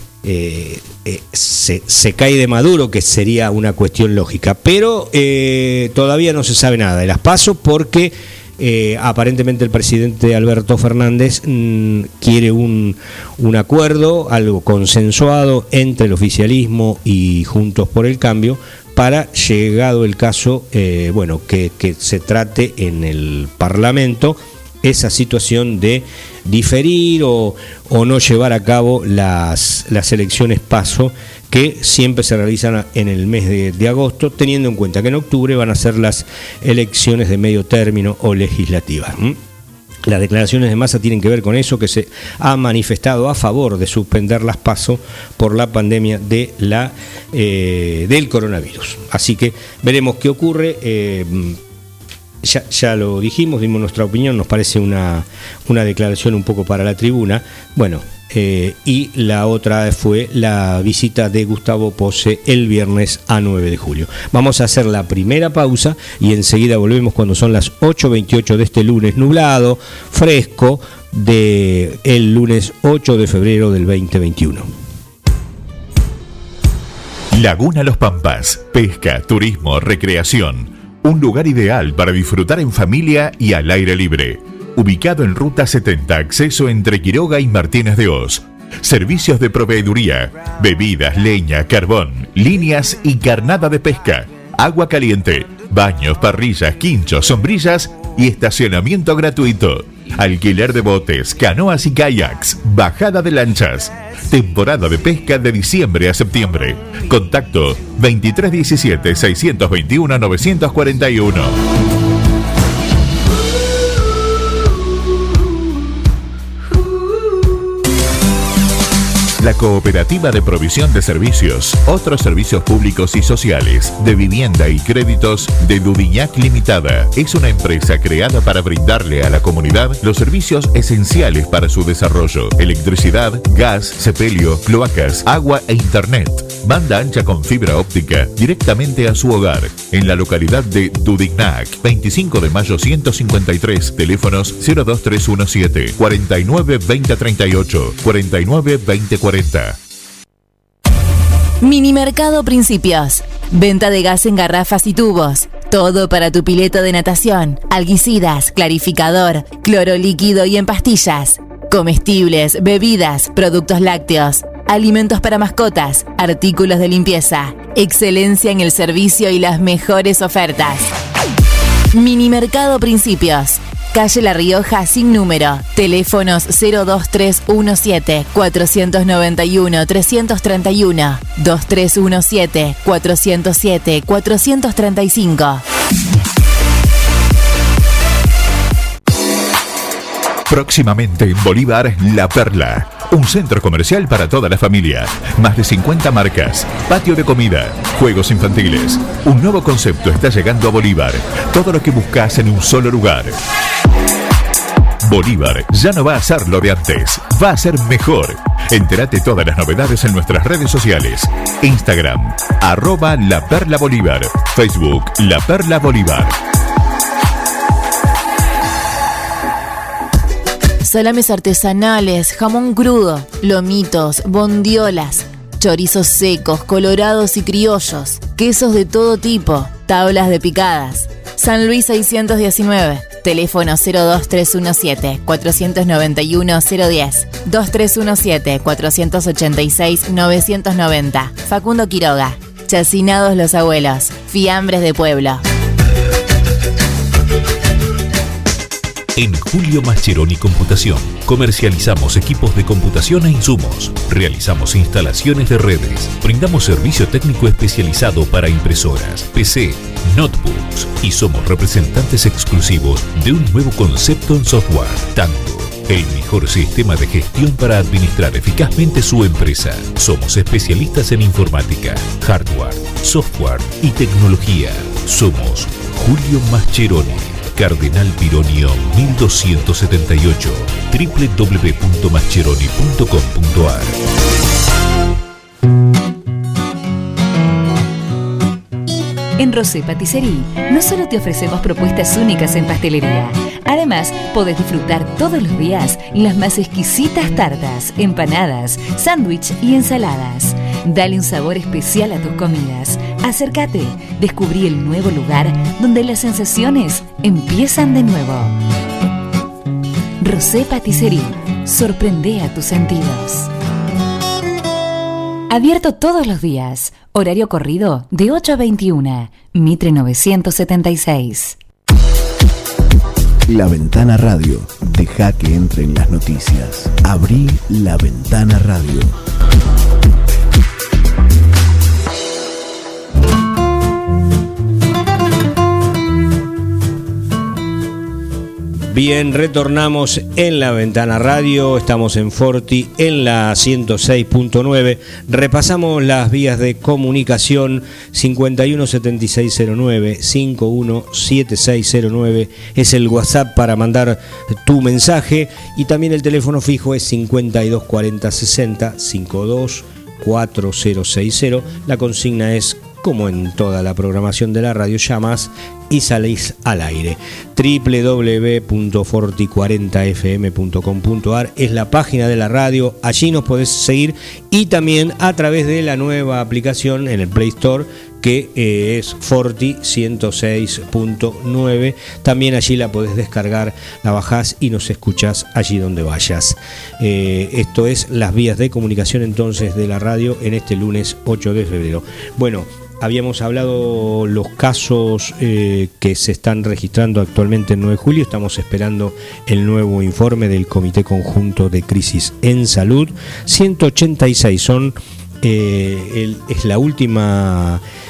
Eh, eh, se, se cae de Maduro, que sería una cuestión lógica, pero eh, todavía no se sabe nada de las PASO porque eh, aparentemente el presidente Alberto Fernández mmm, quiere un, un acuerdo, algo consensuado entre el oficialismo y Juntos por el Cambio para, llegado el caso, eh, bueno, que, que se trate en el Parlamento esa situación de diferir o, o no llevar a cabo las, las elecciones PASO que siempre se realizan en el mes de, de agosto, teniendo en cuenta que en octubre van a ser las elecciones de medio término o legislativas. ¿Mm? Las declaraciones de Massa tienen que ver con eso, que se ha manifestado a favor de suspender las PASO por la pandemia de la, eh, del coronavirus. Así que veremos qué ocurre. Eh, Ya, ya lo dijimos, dimos nuestra opinión, nos parece una, una declaración un poco para la tribuna. Bueno, eh, y la otra fue la visita de Gustavo Posse el viernes a nueve de julio. Vamos a hacer la primera pausa y enseguida volvemos cuando son las ocho veintiocho de este lunes nublado, fresco, de el lunes ocho de febrero del veinte veintiuno. Laguna Los Pampas, pesca, turismo, recreación. Un lugar ideal para disfrutar en familia y al aire libre. Ubicado en Ruta setenta, acceso entre Quiroga y Martínez de Hoz. Servicios de proveeduría, bebidas, leña, carbón, líneas y carnada de pesca. Agua caliente, baños, parrillas, quinchos, sombrillas y estacionamiento gratuito. Alquiler de botes, canoas y kayaks, bajada de lanchas. Temporada de pesca de diciembre a septiembre. Contacto veintitrés diecisiete, seiscientos veintiuno, novecientos cuarenta y uno. la cooperativa de provisión de servicios, otros servicios públicos y sociales, de vivienda y créditos de Dudignac Limitada. Es una empresa creada para brindarle a la comunidad los servicios esenciales para su desarrollo: electricidad, gas, sepelio, cloacas, agua e internet. Banda ancha con fibra óptica directamente a su hogar, en la localidad de Dudignac, veinticinco de mayo ciento cincuenta y tres, teléfonos cero dos tres uno siete, cuarenta y nueve veinte treinta y ocho, cuarenta y nueve veinte cuarenta. Minimercado Principios. Venta de gas en garrafas y tubos. Todo para tu pileta de natación, alguicidas, clarificador, cloro líquido y en pastillas. Comestibles, bebidas, productos lácteos, alimentos para mascotas, artículos de limpieza. Excelencia en el servicio y las mejores ofertas. Minimercado Principios. Calle La Rioja sin número. Teléfonos cero dos tres uno siete, cuatro nueve uno, tres tres uno, dos tres uno siete, cuatro cero siete, cuatro tres cinco. Próximamente en Bolívar, La Perla. Un centro comercial para toda la familia. Más de cincuenta marcas. Patio de comida. Juegos infantiles. Un nuevo concepto está llegando a Bolívar. Todo lo que buscas en un solo lugar. Bolívar ya no va a ser lo de antes. Va a ser mejor. Entérate todas las novedades en nuestras redes sociales. Instagram, arroba La Perla Bolívar. Facebook, La Perla Bolívar. Salames artesanales, jamón crudo, lomitos, bondiolas, chorizos secos, colorados y criollos, quesos de todo tipo, tablas de picadas. San Luis seiscientos diecinueve, teléfono cero dos tres uno siete, cuatro nueve uno, cero diez, dos tres uno siete, cuatro ocho seis, nueve nueve cero. Facundo Quiroga, Chacinados los Abuelos, fiambres de pueblo. En Julio Mascheroni Computación, comercializamos equipos de computación e insumos, realizamos instalaciones de redes, brindamos servicio técnico especializado para impresoras, P C, notebooks y somos representantes exclusivos de un nuevo concepto en software, Tango, el mejor sistema de gestión para administrar eficazmente su empresa. Somos especialistas en informática, hardware, software y tecnología. Somos Julio Mascheroni. Cardenal Pironio mil doscientos setenta y ocho, doble u doble u doble u punto mascheroni punto com punto a r. En Rosé Patisserie no solo te ofrecemos propuestas únicas en pastelería, además podés disfrutar todos los días las más exquisitas tartas, empanadas, sándwich y ensaladas. Dale un sabor especial a tus comidas. Acércate, descubrí el nuevo lugar donde las sensaciones empiezan de nuevo. Rosé Patisserie, sorprende a tus sentidos. Abierto todos los días, horario corrido de ocho a veintiuna, Mitre novecientos setenta y seis. La Ventana Radio, deja que entren las noticias. Abrí La Ventana Radio. Bien, retornamos en La Ventana Radio, estamos en Forti, en la ciento seis punto nueve. Repasamos las vías de comunicación: cincuenta y uno setenta y seis cero nueve, cincuenta y uno setenta y seis cero nueve es el WhatsApp para mandar tu mensaje, y también el teléfono fijo es cincuenta y dos cuarenta sesenta, cincuenta y dos cuatro cero seis cero. La consigna es, como en toda la programación de la radio, llamas y salís al aire. doble u doble u doble u punto forti cuarenta f m punto com punto a r es la página de la radio, allí nos podés seguir, y también a través de la nueva aplicación en el Play Store, que eh, es Forti ciento seis punto nueve. También allí la podés descargar, la bajás y nos escuchás allí donde vayas. Eh, esto es las vías de comunicación entonces de la radio en este lunes ocho de febrero. Bueno, habíamos hablado los casos eh, que se están registrando actualmente el nueve de julio. Estamos esperando el nuevo informe del Comité Conjunto de Crisis en Salud. ciento ochenta y seis son, eh, el, es la última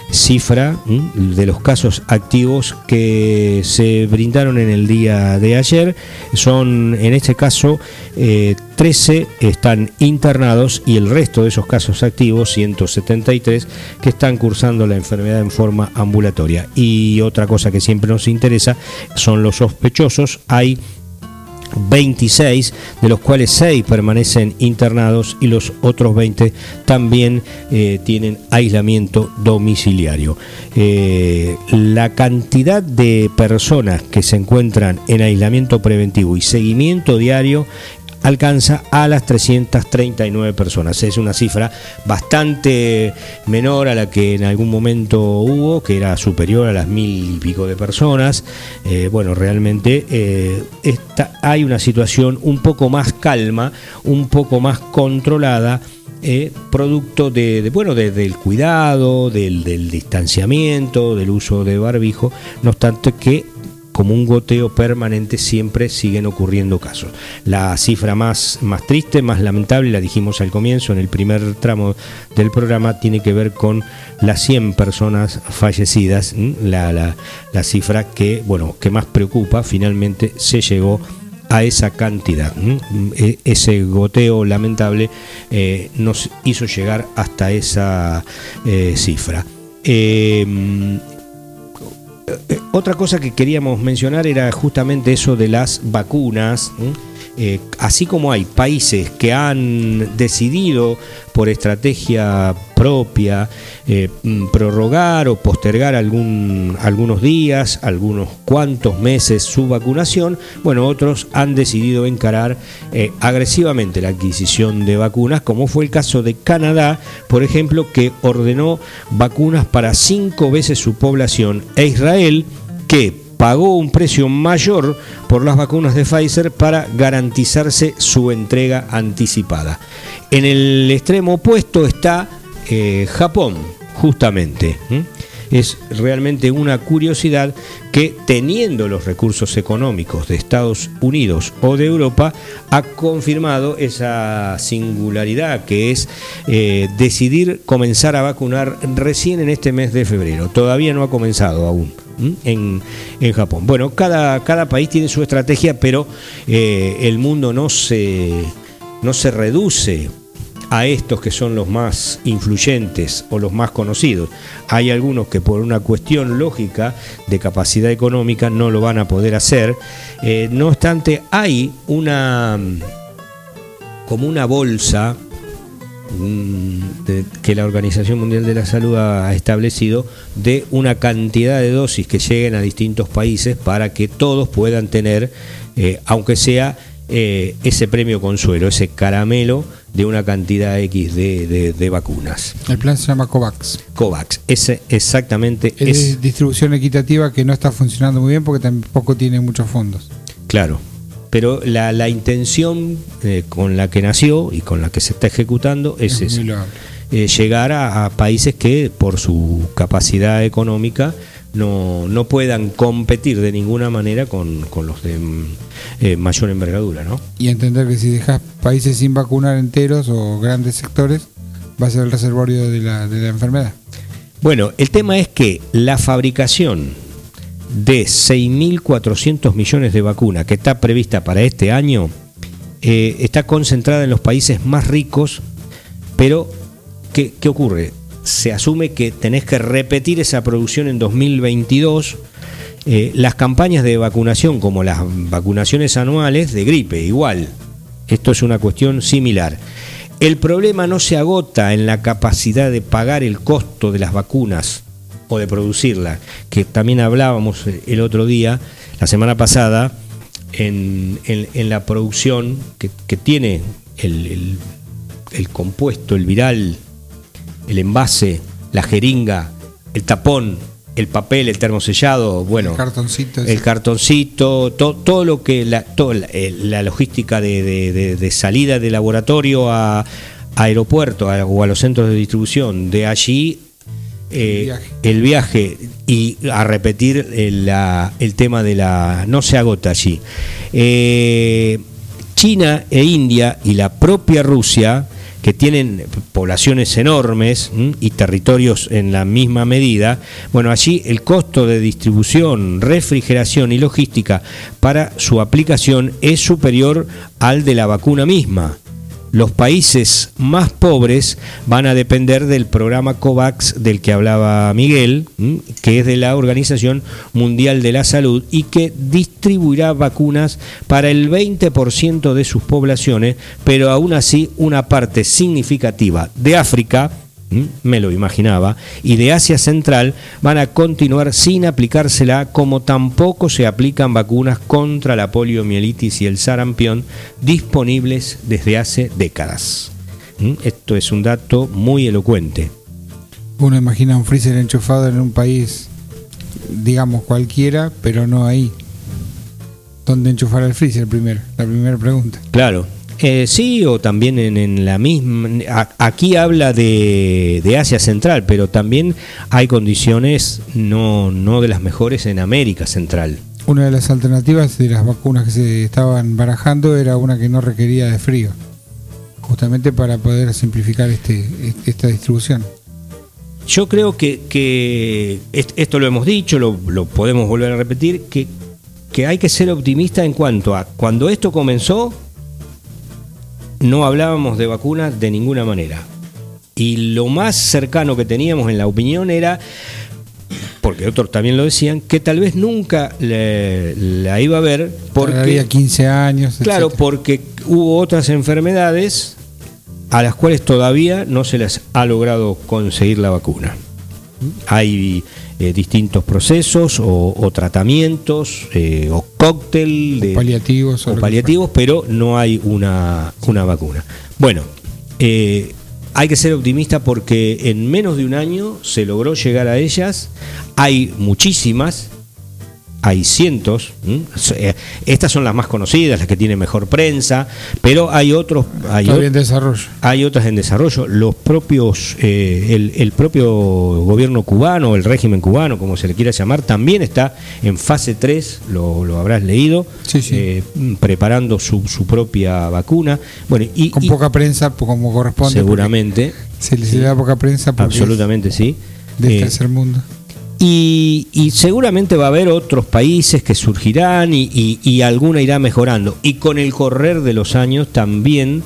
cifra ¿m? de los casos activos que se brindaron en el día de ayer. Son, en este caso, eh, trece están internados y el resto de esos casos activos, ciento setenta y tres, que están cursando la enfermedad en forma ambulatoria. Y otra cosa que siempre nos interesa son los sospechosos. Hay veintiséis, de los cuales seis permanecen internados y los otros veinte también eh, tienen aislamiento domiciliario. Eh, la cantidad de personas que se encuentran en aislamiento preventivo y seguimiento diario alcanza a las trescientas treinta y nueve personas. Es una cifra bastante menor a la que en algún momento hubo, que era superior a las mil y pico de personas. Eh, bueno, realmente eh, esta, hay una situación un poco más calma, un poco más controlada, eh, producto de, de bueno de, del cuidado, del, del distanciamiento, del uso de barbijo. No obstante que, como un goteo permanente, siempre siguen ocurriendo casos. La cifra más, más triste, más lamentable, la dijimos al comienzo, en el primer tramo del programa, tiene que ver con las cien personas fallecidas, la, la, la cifra que, bueno, que más preocupa. Finalmente se llegó a esa cantidad. Ese goteo lamentable eh, nos hizo llegar hasta esa eh, cifra. Eh, Otra cosa que queríamos mencionar era justamente eso de las vacunas. Eh, así como hay países que han decidido por estrategia propia eh, prorrogar o postergar algún, algunos días, algunos cuantos meses su vacunación, bueno, otros han decidido encarar eh, agresivamente la adquisición de vacunas, como fue el caso de Canadá, por ejemplo, que ordenó vacunas para cinco veces su población, e Israel, que pagó un precio mayor por las vacunas de Pfizer para garantizarse su entrega anticipada. En el extremo opuesto está eh, Japón, justamente. ¿Mm? Es realmente una curiosidad que, teniendo los recursos económicos de Estados Unidos o de Europa, ha confirmado esa singularidad que es eh, decidir comenzar a vacunar recién en este mes de febrero. Todavía no ha comenzado aún en, en Japón. Bueno, cada, cada país tiene su estrategia, pero eh, el mundo no se, no se reduce a estos que son los más influyentes o los más conocidos. Hay algunos que, por una cuestión lógica de capacidad económica, no lo van a poder hacer. Eh, no obstante, hay una como una bolsa de, que la Organización Mundial de la Salud ha establecido, de una cantidad de dosis que lleguen a distintos países para que todos puedan tener, eh, aunque sea eh, ese premio consuelo, ese caramelo de una cantidad X de, de, de vacunas. El plan se llama COVAX. COVAX, ese exactamente es, es distribución equitativa, que no está funcionando muy bien porque tampoco tiene muchos fondos. Claro, pero la, la intención eh, con la que nació y con la que se está ejecutando es, es esa, eh, llegar a, a países que por su capacidad económica no, no puedan competir de ninguna manera con, con los de eh, mayor envergadura, ¿no? Y entender que si dejas países sin vacunar enteros o grandes sectores, va a ser el reservorio de la, de la enfermedad. Bueno, el tema es que la fabricación de seis mil cuatrocientos millones de vacunas que está prevista para este año eh, está concentrada en los países más ricos, pero ¿qué, qué ocurre? Se asume que tenés que repetir esa producción en dos mil veintidós. Eh, las campañas de vacunación, como las vacunaciones anuales de gripe, igual. Esto es una cuestión similar. El problema no se agota en la capacidad de pagar el costo de las vacunas o de producirlas, que también hablábamos el otro día, la semana pasada, en, en, en la producción que, que tiene el, el, el compuesto, el viral, el envase, la jeringa, el tapón, el papel, el termosellado, bueno, el cartoncito, el cartoncito, to, todo lo que la, todo la, la logística de, de, de, de salida de laboratorio a, a aeropuerto a, o a los centros de distribución, de allí eh, el, viaje. el viaje y a repetir el, la, el tema de la, no se agota allí. Eh, China e India y la propia Rusia que tienen poblaciones enormes ¿m? y territorios en la misma medida, bueno, allí el costo de distribución, refrigeración y logística para su aplicación es superior al de la vacuna misma. Los países más pobres van a depender del programa COVAX del que hablaba Miguel, ¿m? que es de la Organización Mundial de la Salud y que distribuirá vacunas para el veinte por ciento de sus poblaciones, pero aún así una parte significativa de África, me lo imaginaba, y de Asia Central van a continuar sin aplicársela, como tampoco se aplican vacunas contra la poliomielitis y el sarampión disponibles desde hace décadas. Esto es un dato muy elocuente. Uno imagina un freezer enchufado en un país, digamos cualquiera, pero no ahí. ¿Dónde enchufar el freezer primero? La primera pregunta. Claro. Eh, sí, o también en, en la misma. A, aquí habla de, de Asia Central, pero también hay condiciones no, no de las mejores en América Central. Una de las alternativas de las vacunas que se estaban barajando era una que no requería de frío, justamente para poder simplificar este, esta distribución. Yo creo que, que esto lo hemos dicho, lo, lo podemos volver a repetir, que, que hay que ser optimista en cuanto a cuando esto comenzó. No hablábamos de vacunas de ninguna manera. Y lo más cercano que teníamos en la opinión era, porque otros también lo decían, que tal vez nunca le, la iba a ver. Porque había quince años. Claro, etcétera. Porque hubo otras enfermedades a las cuales todavía no se les ha logrado conseguir la vacuna. Hay eh, distintos procesos o, o tratamientos eh, o cóctel de, o paliativos, o paliativos pero no hay una, una vacuna. Bueno, eh, hay que ser optimista porque en menos de un año se logró llegar a ellas. Hay muchísimas, hay cientos. ¿m? Estas son las más conocidas, las que tienen mejor prensa, pero hay otros, hay, Todavía en desarrollo. hay otras en desarrollo. Los propios, eh, el, el propio gobierno cubano, el régimen cubano, como se le quiera llamar, también está en fase tres, lo, lo habrás leído, sí, sí. Eh, preparando su, su propia vacuna. Bueno, y, con y, poca prensa, como corresponde. Seguramente. Se le, sí. se le da poca prensa. Absolutamente sí. Del Eh, tercer mundo. Y, y seguramente va a haber otros países que surgirán y, y, y alguna irá mejorando. Y con el correr de los años también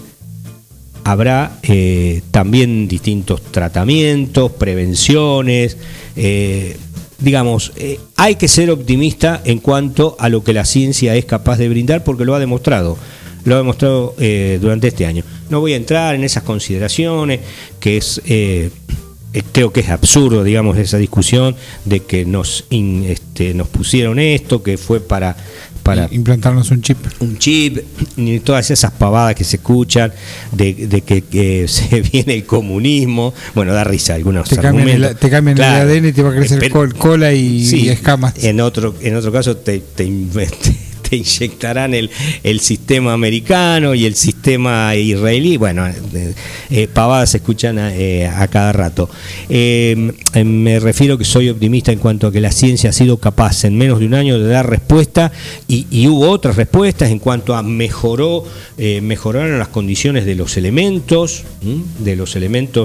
habrá eh, también distintos tratamientos, prevenciones. Eh, digamos, eh, hay que ser optimista en cuanto a lo que la ciencia es capaz de brindar, porque lo ha demostrado. Lo ha demostrado eh, durante este año. No voy a entrar en esas consideraciones, que es... Eh, creo que es absurdo, digamos, esa discusión de que nos in, este, nos pusieron esto, que fue para para implantarnos un chip un chip y todas esas pavadas que se escuchan de, de que, que se viene el comunismo. Bueno, da risa algunos te argumentos. Cambian el, te cambian claro, el A D N y te va a crecer pero, cola y, sí, y escamas. En otro en otro caso te, te, te te inyectarán el, el sistema americano y el sistema israelí. Bueno, eh, eh, pavadas se escuchan a, eh, a cada rato. Eh, me refiero que soy optimista en cuanto a que la ciencia ha sido capaz en menos de un año de dar respuesta y, y hubo otras respuestas en cuanto a mejoró, eh, mejoraron las condiciones de los elementos, ¿m? de los elementos,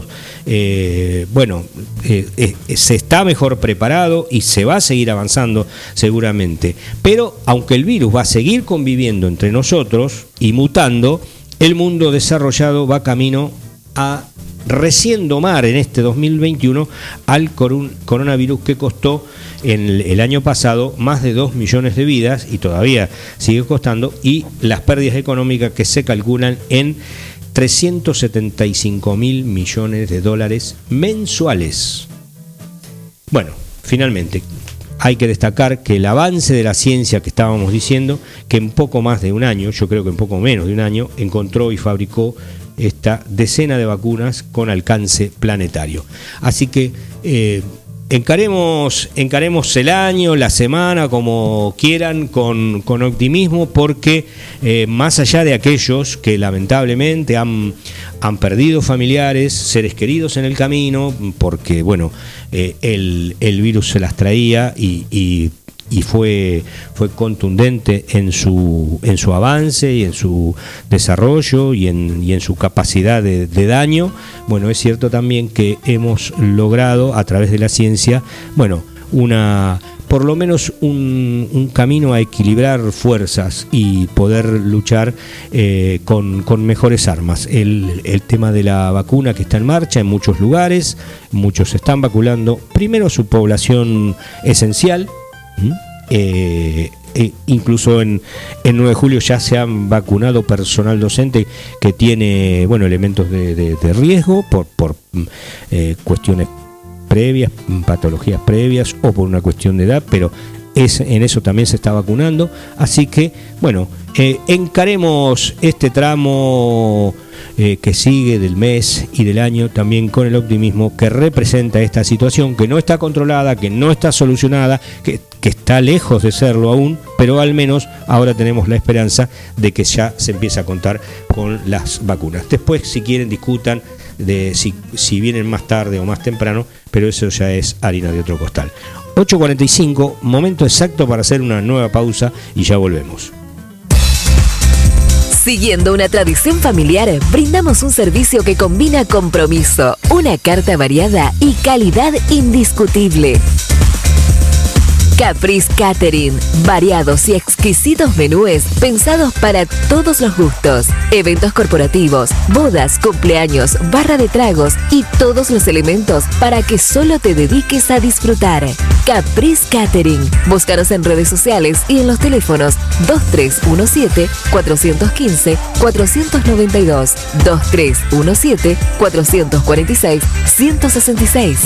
eh, bueno, eh, eh, se está mejor preparado y se va a seguir avanzando seguramente. Pero aunque el virus va a seguir conviviendo entre nosotros y mutando, el mundo desarrollado va camino a recién domar en este dos mil veintiuno al coronavirus que costó en el año pasado más de dos millones de vidas y todavía sigue costando, y las pérdidas económicas que se calculan en trescientos setenta y cinco mil millones de dólares mensuales. Bueno, finalmente hay que destacar que el avance de la ciencia que estábamos diciendo, que en poco más de un año, yo creo que en poco menos de un año, encontró y fabricó esta decena de vacunas con alcance planetario. Así que eh, encaremos, encaremos el año, la semana, como quieran, con, con optimismo, porque eh, más allá de aquellos que lamentablemente han, han perdido familiares, seres queridos en el camino, porque bueno, eh, el, el virus se las traía y, y y fue, fue contundente en su, en su avance y en su desarrollo y en, y en su capacidad de, de daño. Bueno, es cierto también que hemos logrado a través de la ciencia, bueno, una... por lo menos un, un camino a equilibrar fuerzas y poder luchar eh, con, con mejores armas. El, el tema de la vacuna que está en marcha en muchos lugares, muchos se están vacunando, primero su población esencial, eh, eh, incluso en, en nueve de julio ya se han vacunado personal docente que tiene, bueno, elementos de, de, de riesgo por, por eh, cuestiones previas, patologías previas o por una cuestión de edad, pero es, en eso también se está vacunando. Así que, bueno, eh, encaremos este tramo eh, que sigue del mes y del año también con el optimismo que representa esta situación, que no está controlada, que no está solucionada, que, que está lejos de serlo aún, pero al menos ahora tenemos la esperanza de que ya se empiece a contar con las vacunas. Después, si quieren, discutan de si, si vienen más tarde o más temprano, pero eso ya es harina de otro costal. ocho cuarenta y cinco, momento exacto para hacer una nueva pausa y ya volvemos. Siguiendo una tradición familiar, brindamos un servicio que combina compromiso, una carta variada y calidad indiscutible. Caprice Catering, variados y exquisitos menúes pensados para todos los gustos. Eventos corporativos, bodas, cumpleaños, barra de tragos y todos los elementos para que solo te dediques a disfrutar. Caprice Catering. Búscanos en redes sociales y en los teléfonos dos tres uno siete, cuatro uno cinco, cuatro nueve dos, dos tres uno siete, cuatro cuatro seis, uno seis seis.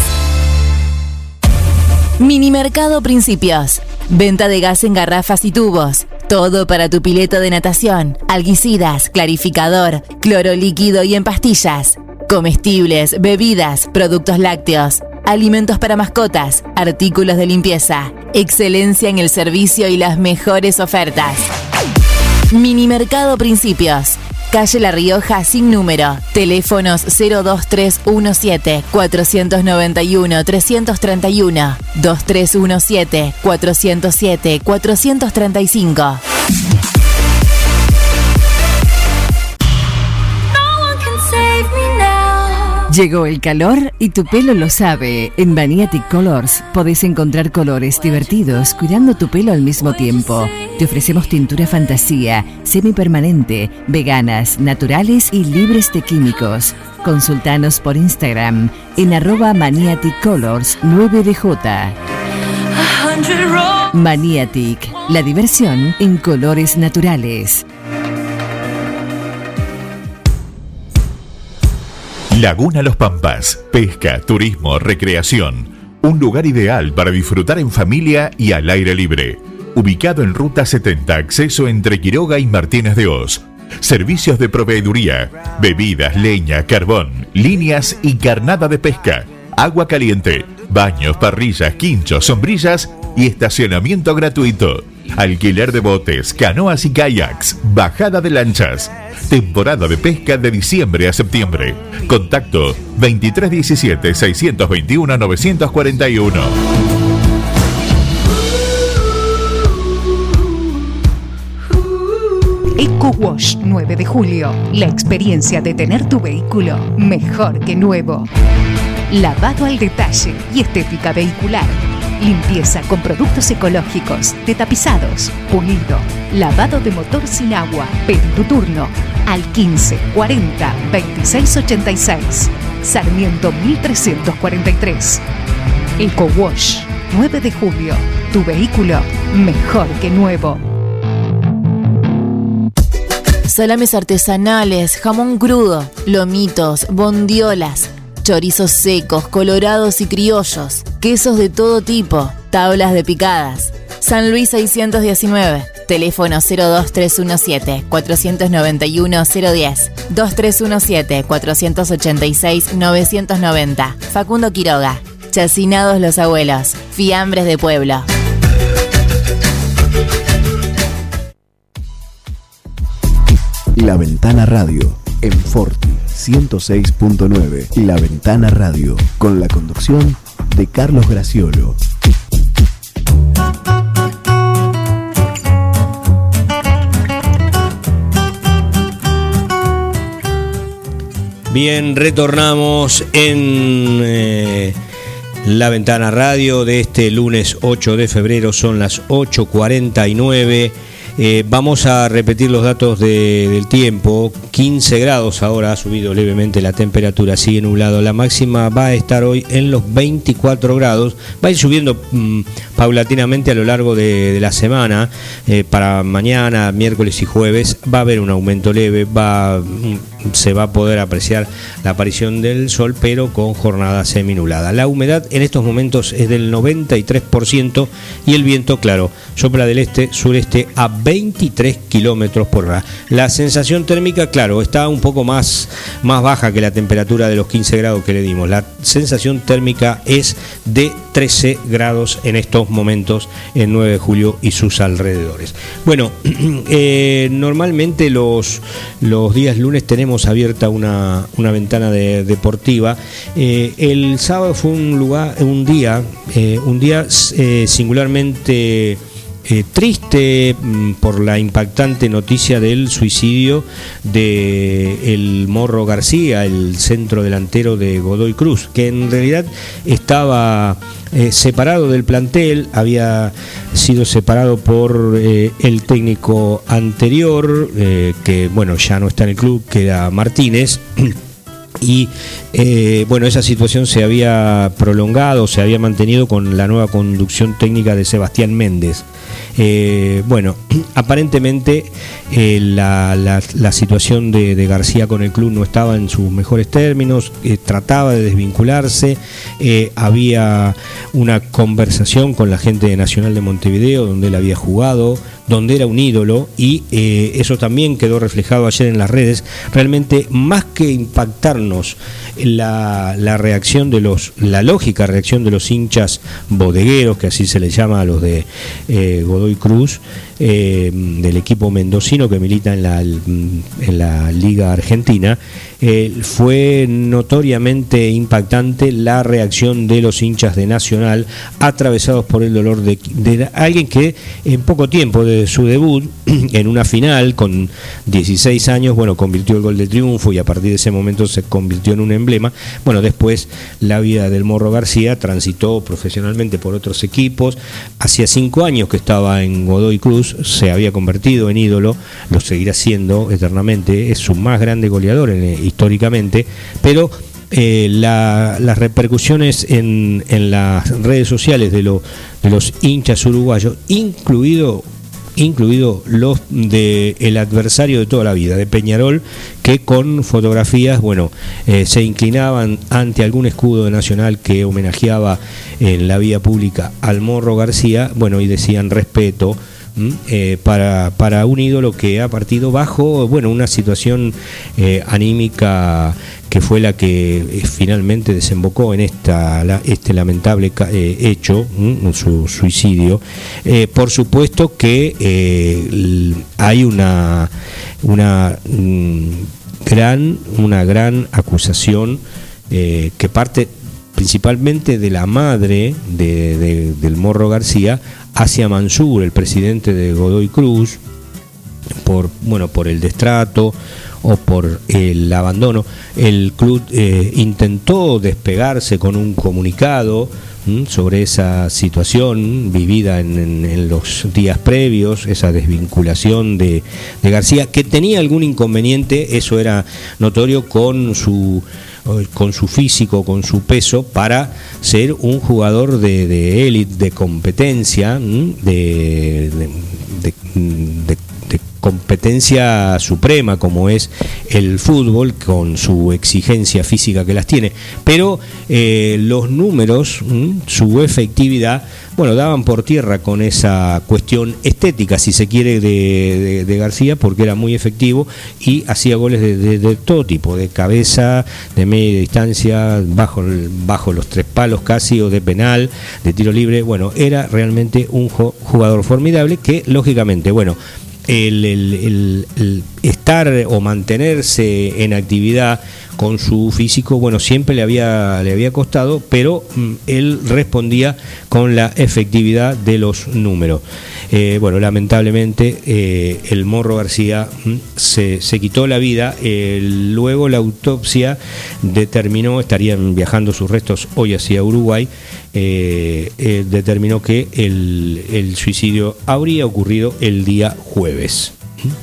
Minimercado Principios. Venta de gas en garrafas y tubos. Todo para tu pileta de natación. Alguicidas, clarificador, cloro líquido y en pastillas. Comestibles, bebidas, productos lácteos. Alimentos para mascotas. Artículos de limpieza. Excelencia en el servicio y las mejores ofertas. Minimercado Principios. Calle La Rioja sin número. Teléfonos cero dos tres uno siete, cuatro nueve uno, tres tres uno, dos tres uno siete, cuatro cero siete, cuatro tres cinco. Llegó el calor y tu pelo lo sabe. En Maniatic Colors podés encontrar colores divertidos cuidando tu pelo al mismo tiempo. Te ofrecemos tintura fantasía, semipermanente, veganas, naturales y libres de químicos. Consultanos por Instagram en arroba Maniatic Colors nueve D J. Maniatic, la diversión en colores naturales. Laguna Los Pampas, pesca, turismo, recreación. Un lugar ideal para disfrutar en familia y al aire libre. Ubicado en Ruta setenta, acceso entre Quiroga y Martínez de Hoz. Servicios de proveeduría, bebidas, leña, carbón, líneas y carnada de pesca. Agua caliente, baños, parrillas, quinchos, sombrillas y estacionamiento gratuito. Alquiler de botes, canoas y kayaks, bajada de lanchas. Temporada de pesca de diciembre a septiembre. Contacto veintitrés diecisiete, seiscientos veintiuno, novecientos cuarenta y uno. Eco Wash nueve de julio. La experiencia de tener tu vehículo mejor que nuevo. Lavado al detalle y estética vehicular. Limpieza con productos ecológicos, detapizados, pulido, lavado de motor sin agua. Pedí tu turno al quince cuarenta veintiséis ochenta y seis. Sarmiento mil trescientos cuarenta y tres. Eco Wash nueve de julio. Tu vehículo mejor que nuevo. Salames artesanales, jamón crudo, lomitos, bondiolas, chorizos secos, colorados y criollos, quesos de todo tipo, tablas de picadas. San Luis seiscientos diecinueve, teléfono cero dos tres uno siete, cuatro nueve uno, cero diez, dos tres uno siete, cuatro ocho seis, nueve nueve cero. Facundo Quiroga, Chacinados los Abuelos, fiambres de pueblo. La Ventana Radio, en Forti ciento seis punto nueve. La Ventana Radio, con la conducción de Carlos Graciolo. Bien, retornamos en eh, La Ventana Radio de este lunes ocho de febrero, son las ocho cuarenta y nueve. Eh, vamos a repetir los datos de, del tiempo. quince grados ahora, ha subido levemente la temperatura, sigue nublado. La máxima va a estar hoy en los veinticuatro grados. Va a ir subiendo mmm, paulatinamente a lo largo de, de la semana. Eh, para mañana, miércoles y jueves va a haber un aumento leve. Va, mmm, se va a poder apreciar la aparición del sol, pero con jornada seminulada. La humedad en estos momentos es del noventa y tres por ciento y el viento, claro, sopla del este-sureste a veintitrés kilómetros por hora. La sensación térmica, claro, está un poco más, más baja que la temperatura de los quince grados que le dimos. La sensación térmica es de trece grados en estos momentos en nueve de julio y sus alrededores. Bueno, eh, normalmente los, los días lunes tenemos abierta una, una ventana de, deportiva. Eh, el sábado fue un lugar, un día, eh, un día eh, singularmente Eh, triste mm, por la impactante noticia del suicidio de el Morro García, el centro delantero de Godoy Cruz, que en realidad estaba eh, separado del plantel, había sido separado por eh, el técnico anterior, eh, que bueno, ya no está en el club, que era Martínez. Y eh, bueno, esa situación se había prolongado, se había mantenido con la nueva conducción técnica de Sebastián Méndez. Eh, bueno, aparentemente eh, la, la, la situación de, de García con el club no estaba en sus mejores términos, eh, trataba de desvincularse, eh, había una conversación con la gente de Nacional de Montevideo, donde él había jugado, donde era un ídolo, y eh, eso también quedó reflejado ayer en las redes. Realmente, más que impactarnos la, la reacción de los, la lógica reacción de los hinchas bodegueros, que así se les llama a los de eh, Godoy Cruz, eh, del equipo mendocino que milita en la, en la Liga Argentina, eh, fue notoriamente impactante la reacción de los hinchas de Nacional, atravesados por el dolor de, de alguien que en poco tiempo de su debut en una final con dieciséis años, bueno, convirtió el gol de triunfo y a partir de ese momento se convirtió en un emblema. Bueno, después la vida del Morro García transitó profesionalmente por otros equipos. Hacía cinco años que estaba en Godoy Cruz, se había convertido en ídolo, lo seguirá siendo eternamente, es su más grande goleador en, históricamente, pero Eh, la, las repercusiones en, en las redes sociales de, lo, de los hinchas uruguayos, incluido incluido los de el adversario de toda la vida, de Peñarol, que con fotografías, bueno, eh, se inclinaban ante algún escudo de Nacional que homenajeaba en la vía pública al Morro García, bueno, y decían respeto. Eh, para, para un ídolo que ha partido bajo, bueno, una situación eh, anímica que fue la que eh, finalmente desembocó en esta la, este lamentable eh, hecho, ¿m? su suicidio. Eh, por supuesto que eh, hay una una mm, gran una gran acusación eh, que parte principalmente de la madre de, de, del Morro García hacia Mansur, el presidente de Godoy Cruz, por bueno por el destrato o por el abandono. El club eh, intentó despegarse con un comunicado ¿m? sobre esa situación vivida en, en, en los días previos, esa desvinculación de, de García, que tenía algún inconveniente, eso era notorio, con su con su físico, con su peso, para ser un jugador de, de élite, de competencia, de, de, de, de, de competencia suprema como es el fútbol, con su exigencia física que las tiene, pero eh, los números, su efectividad, bueno, daban por tierra con esa cuestión estética, si se quiere, de, de, de García, porque era muy efectivo y hacía goles de, de, de todo tipo, de cabeza, de media distancia, bajo, bajo los tres palos casi, o de penal, de tiro libre. Bueno, era realmente un jugador formidable que, lógicamente, bueno, el, el, el, el estar o mantenerse en actividad con su físico, bueno, siempre le había, le había costado, pero mm, él respondía con la efectividad de los números. Eh, bueno, lamentablemente eh, el Morro García mm, se, se quitó la vida. Eh, luego la autopsia determinó, estarían viajando sus restos hoy hacia Uruguay, eh, eh, determinó que el, el suicidio habría ocurrido el día jueves.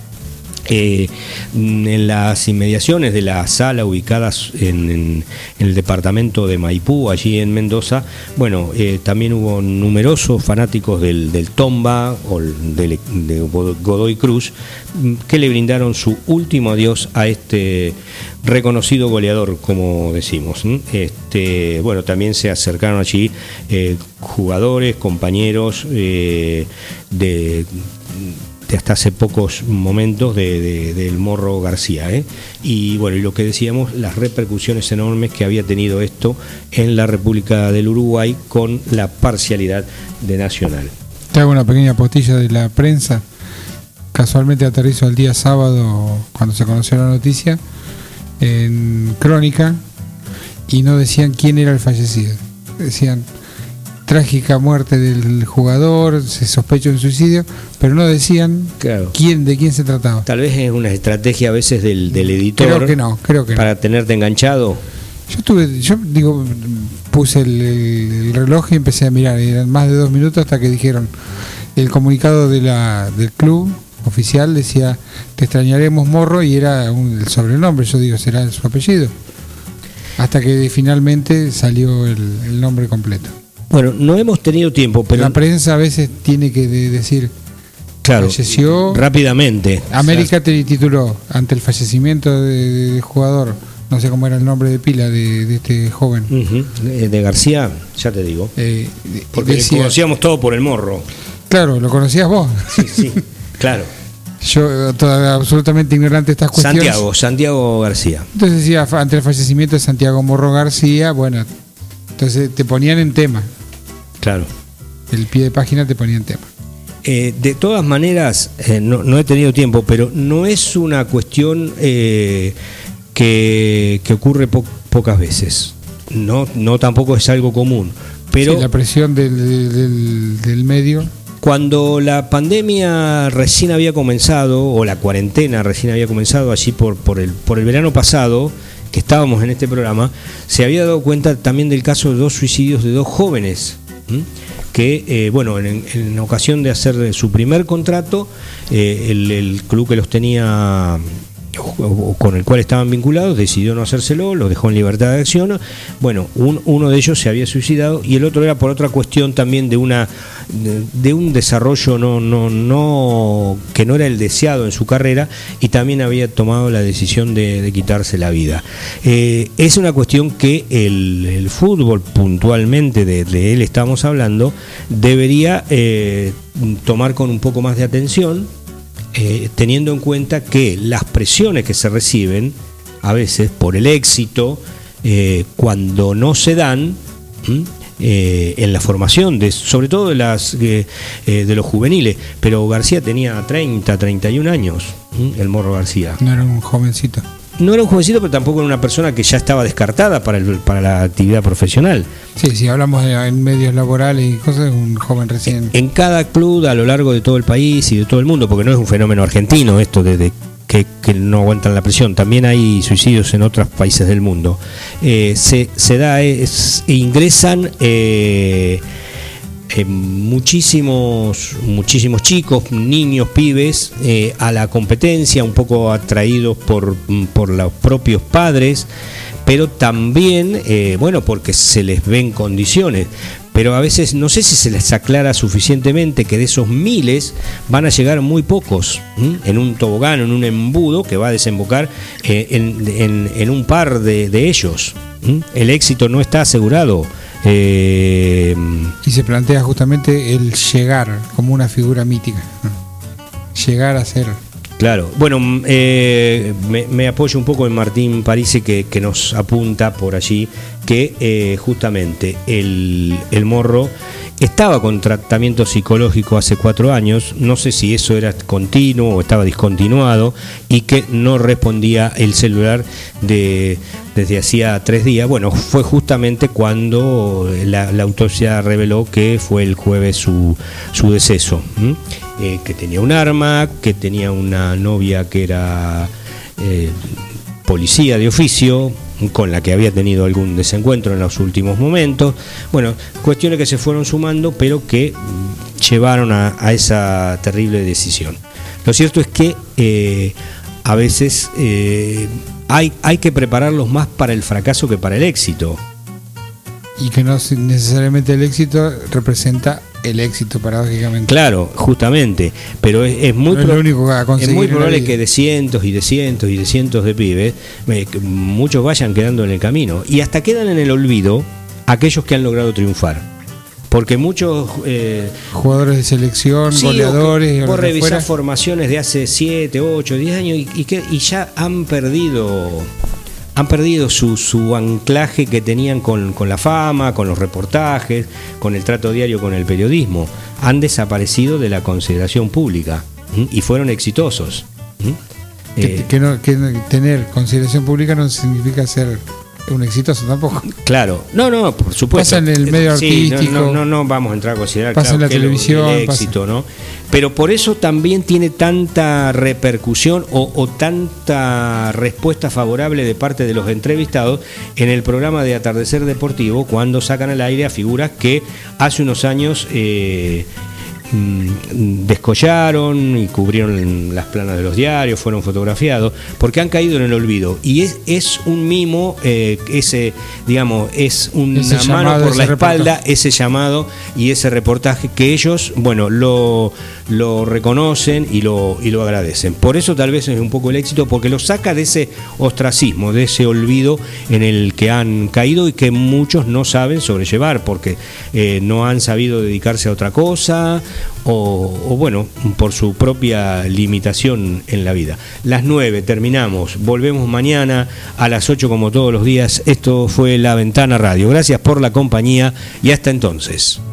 Eh, en las inmediaciones de la sala ubicadas en, en, en el departamento de Maipú, allí en Mendoza, bueno, eh, también hubo numerosos fanáticos del, del Tomba o del, de Godoy Cruz que le brindaron su último adiós a este reconocido goleador, como decimos. Este, bueno, también se acercaron allí eh, jugadores, compañeros eh, de de hasta hace pocos momentos de, de, del Morro García, ¿eh? Y bueno, y lo que decíamos, las repercusiones enormes que había tenido esto en la República del Uruguay con la parcialidad de Nacional. Te hago una pequeña postilla de la prensa. Casualmente aterrizo el día sábado, cuando se conoció la noticia, en Crónica, y no decían quién era el fallecido. Decían trágica muerte del jugador, se sospecha un suicidio, pero no decían claro. quién, de quién se trataba. Tal vez es una estrategia a veces del, del editor. Creo que no, creo que para no. tenerte enganchado. Yo tuve, yo digo, puse el, el, el reloj y empecé a mirar, eran más de dos minutos hasta que dijeron, el comunicado de la del club oficial decía, te extrañaremos Morro, y era un, el sobrenombre, yo digo, será su apellido. Hasta que finalmente salió el, el nombre completo. Bueno, no hemos tenido tiempo, pero la prensa a veces tiene que de decir, claro, falleció rápidamente. América te tituló ante el fallecimiento del de jugador, no sé cómo era el nombre de pila de, de este joven. Uh-huh. de, de García, ya te digo. Eh, Porque decía, conocíamos todo por el Morro. Claro, ¿lo conocías vos? Sí, sí, claro. Yo, toda, absolutamente ignorante de estas cuestiones. Santiago, Santiago García. Entonces decía, ante el fallecimiento de Santiago Morro García, bueno, entonces te ponían en tema. Claro. El pie de página te ponía en tema. Eh, de todas maneras, eh, no, no he tenido tiempo, pero no es una cuestión eh, que, que ocurre po- pocas veces. No, no tampoco es algo común. Pero sí, la presión del, del, del medio. Cuando la pandemia recién había comenzado, o la cuarentena recién había comenzado, allí por, por, el, por el verano pasado, que estábamos en este programa, se había dado cuenta también del caso de dos suicidios de dos jóvenes, ¿m? que, eh, bueno, en, en ocasión de hacer su primer contrato, eh, el, el club que los tenía, o con el cual estaban vinculados, decidió no hacérselo, los dejó en libertad de acción. Bueno, un, uno de ellos se había suicidado y el otro era por otra cuestión también de una de, de un desarrollo no no no que no era el deseado en su carrera, y también había tomado la decisión de, de quitarse la vida. Eh, es una cuestión que el, el fútbol, puntualmente de, de él estamos hablando, debería eh, tomar con un poco más de atención, Eh, teniendo en cuenta que las presiones que se reciben a veces por el éxito, eh, cuando no se dan eh, en la formación de, sobre todo de las eh, eh, de los juveniles, pero García tenía treinta, treinta y un años, ¿m? El Morro García. No era un jovencito. No era un jovencito, pero tampoco era una persona que ya estaba descartada para, el, para la actividad profesional. Sí, si hablamos de, en medios laborales y cosas, un joven recién. En cada club a lo largo de todo el país y de todo el mundo, porque no es un fenómeno argentino esto de, de que, que no aguantan la presión, también hay suicidios en otros países del mundo. Eh, se, se da, es, ingresan eh, eh, muchísimos, muchísimos chicos, niños, pibes, eh, a la competencia, un poco atraídos por, por los propios padres, pero también, eh, bueno, porque se les ven condiciones. Pero a veces no sé si se les aclara suficientemente que de esos miles van a llegar muy pocos, ¿m? en un tobogán, en un embudo que va a desembocar eh, en, en, en un par de, de ellos. ¿m? El éxito no está asegurado. Eh, y se plantea justamente el llegar como una figura mítica. Llegar a ser. Claro, bueno, eh, me, me apoyo un poco en Martín Parisi que, que nos apunta por allí que eh, justamente el, el morro estaba con tratamiento psicológico hace cuatro años, no sé si eso era continuo o estaba discontinuado, y que no respondía el celular de, desde hacía tres días. Bueno, fue justamente cuando la, la autopsia reveló que fue el jueves su, su deceso, ¿m? Eh, que tenía un arma, que tenía una novia que era eh, policía de oficio, con la que había tenido algún desencuentro en los últimos momentos. Bueno, cuestiones que se fueron sumando, pero que llevaron a, a esa terrible decisión. Lo cierto es que eh, a veces eh, hay, hay que prepararlos más para el fracaso que para el éxito. Y que no necesariamente el éxito representa el éxito, paradójicamente. Claro, justamente, pero es, es muy, no es, pro- lo único a es muy probable que que de cientos y de cientos y de cientos de pibes, eh, que muchos vayan quedando en el camino y hasta quedan en el olvido aquellos que han logrado triunfar. Porque muchos eh, jugadores de selección, sí, goleadores, vos revisás fuera. formaciones de hace siete, ocho, diez años y, y, que, y ya han perdido han perdido su, su anclaje que tenían con, con la fama, con los reportajes, con el trato diario con el periodismo. Han desaparecido de la consideración pública, ¿m? Y fueron exitosos. Que, Eh, que, no, que tener consideración pública no significa ser un exitoso tampoco. Claro, no, no, por supuesto. Pasa en el medio Sí, artístico. no, no, no, no vamos a entrar a considerar Pasa claro, en la que lo- televisión, el éxito, pasa. ¿no? Pero por eso también tiene tanta repercusión o, o tanta respuesta favorable de parte de los entrevistados en el programa de Atardecer Deportivo, cuando sacan al aire a figuras que hace unos años eh, mm, descollaron y cubrieron las planas de los diarios, fueron fotografiados, porque han caído en el olvido. Y es, es un mimo, eh, ese, digamos, es una Ese mano llamado, por la ese espalda, reportaje. ese llamado y ese reportaje que ellos, bueno, lo, lo reconocen y lo, y lo agradecen. Por eso tal vez es un poco el éxito, porque lo saca de ese ostracismo, de ese olvido en el que han caído y que muchos no saben sobrellevar, porque eh, no han sabido dedicarse a otra cosa o, o bueno, por su propia limitación en la vida. Las nueve terminamos, volvemos mañana a las ocho como todos los días. Esto fue La Ventana Radio. Gracias por la compañía y hasta entonces.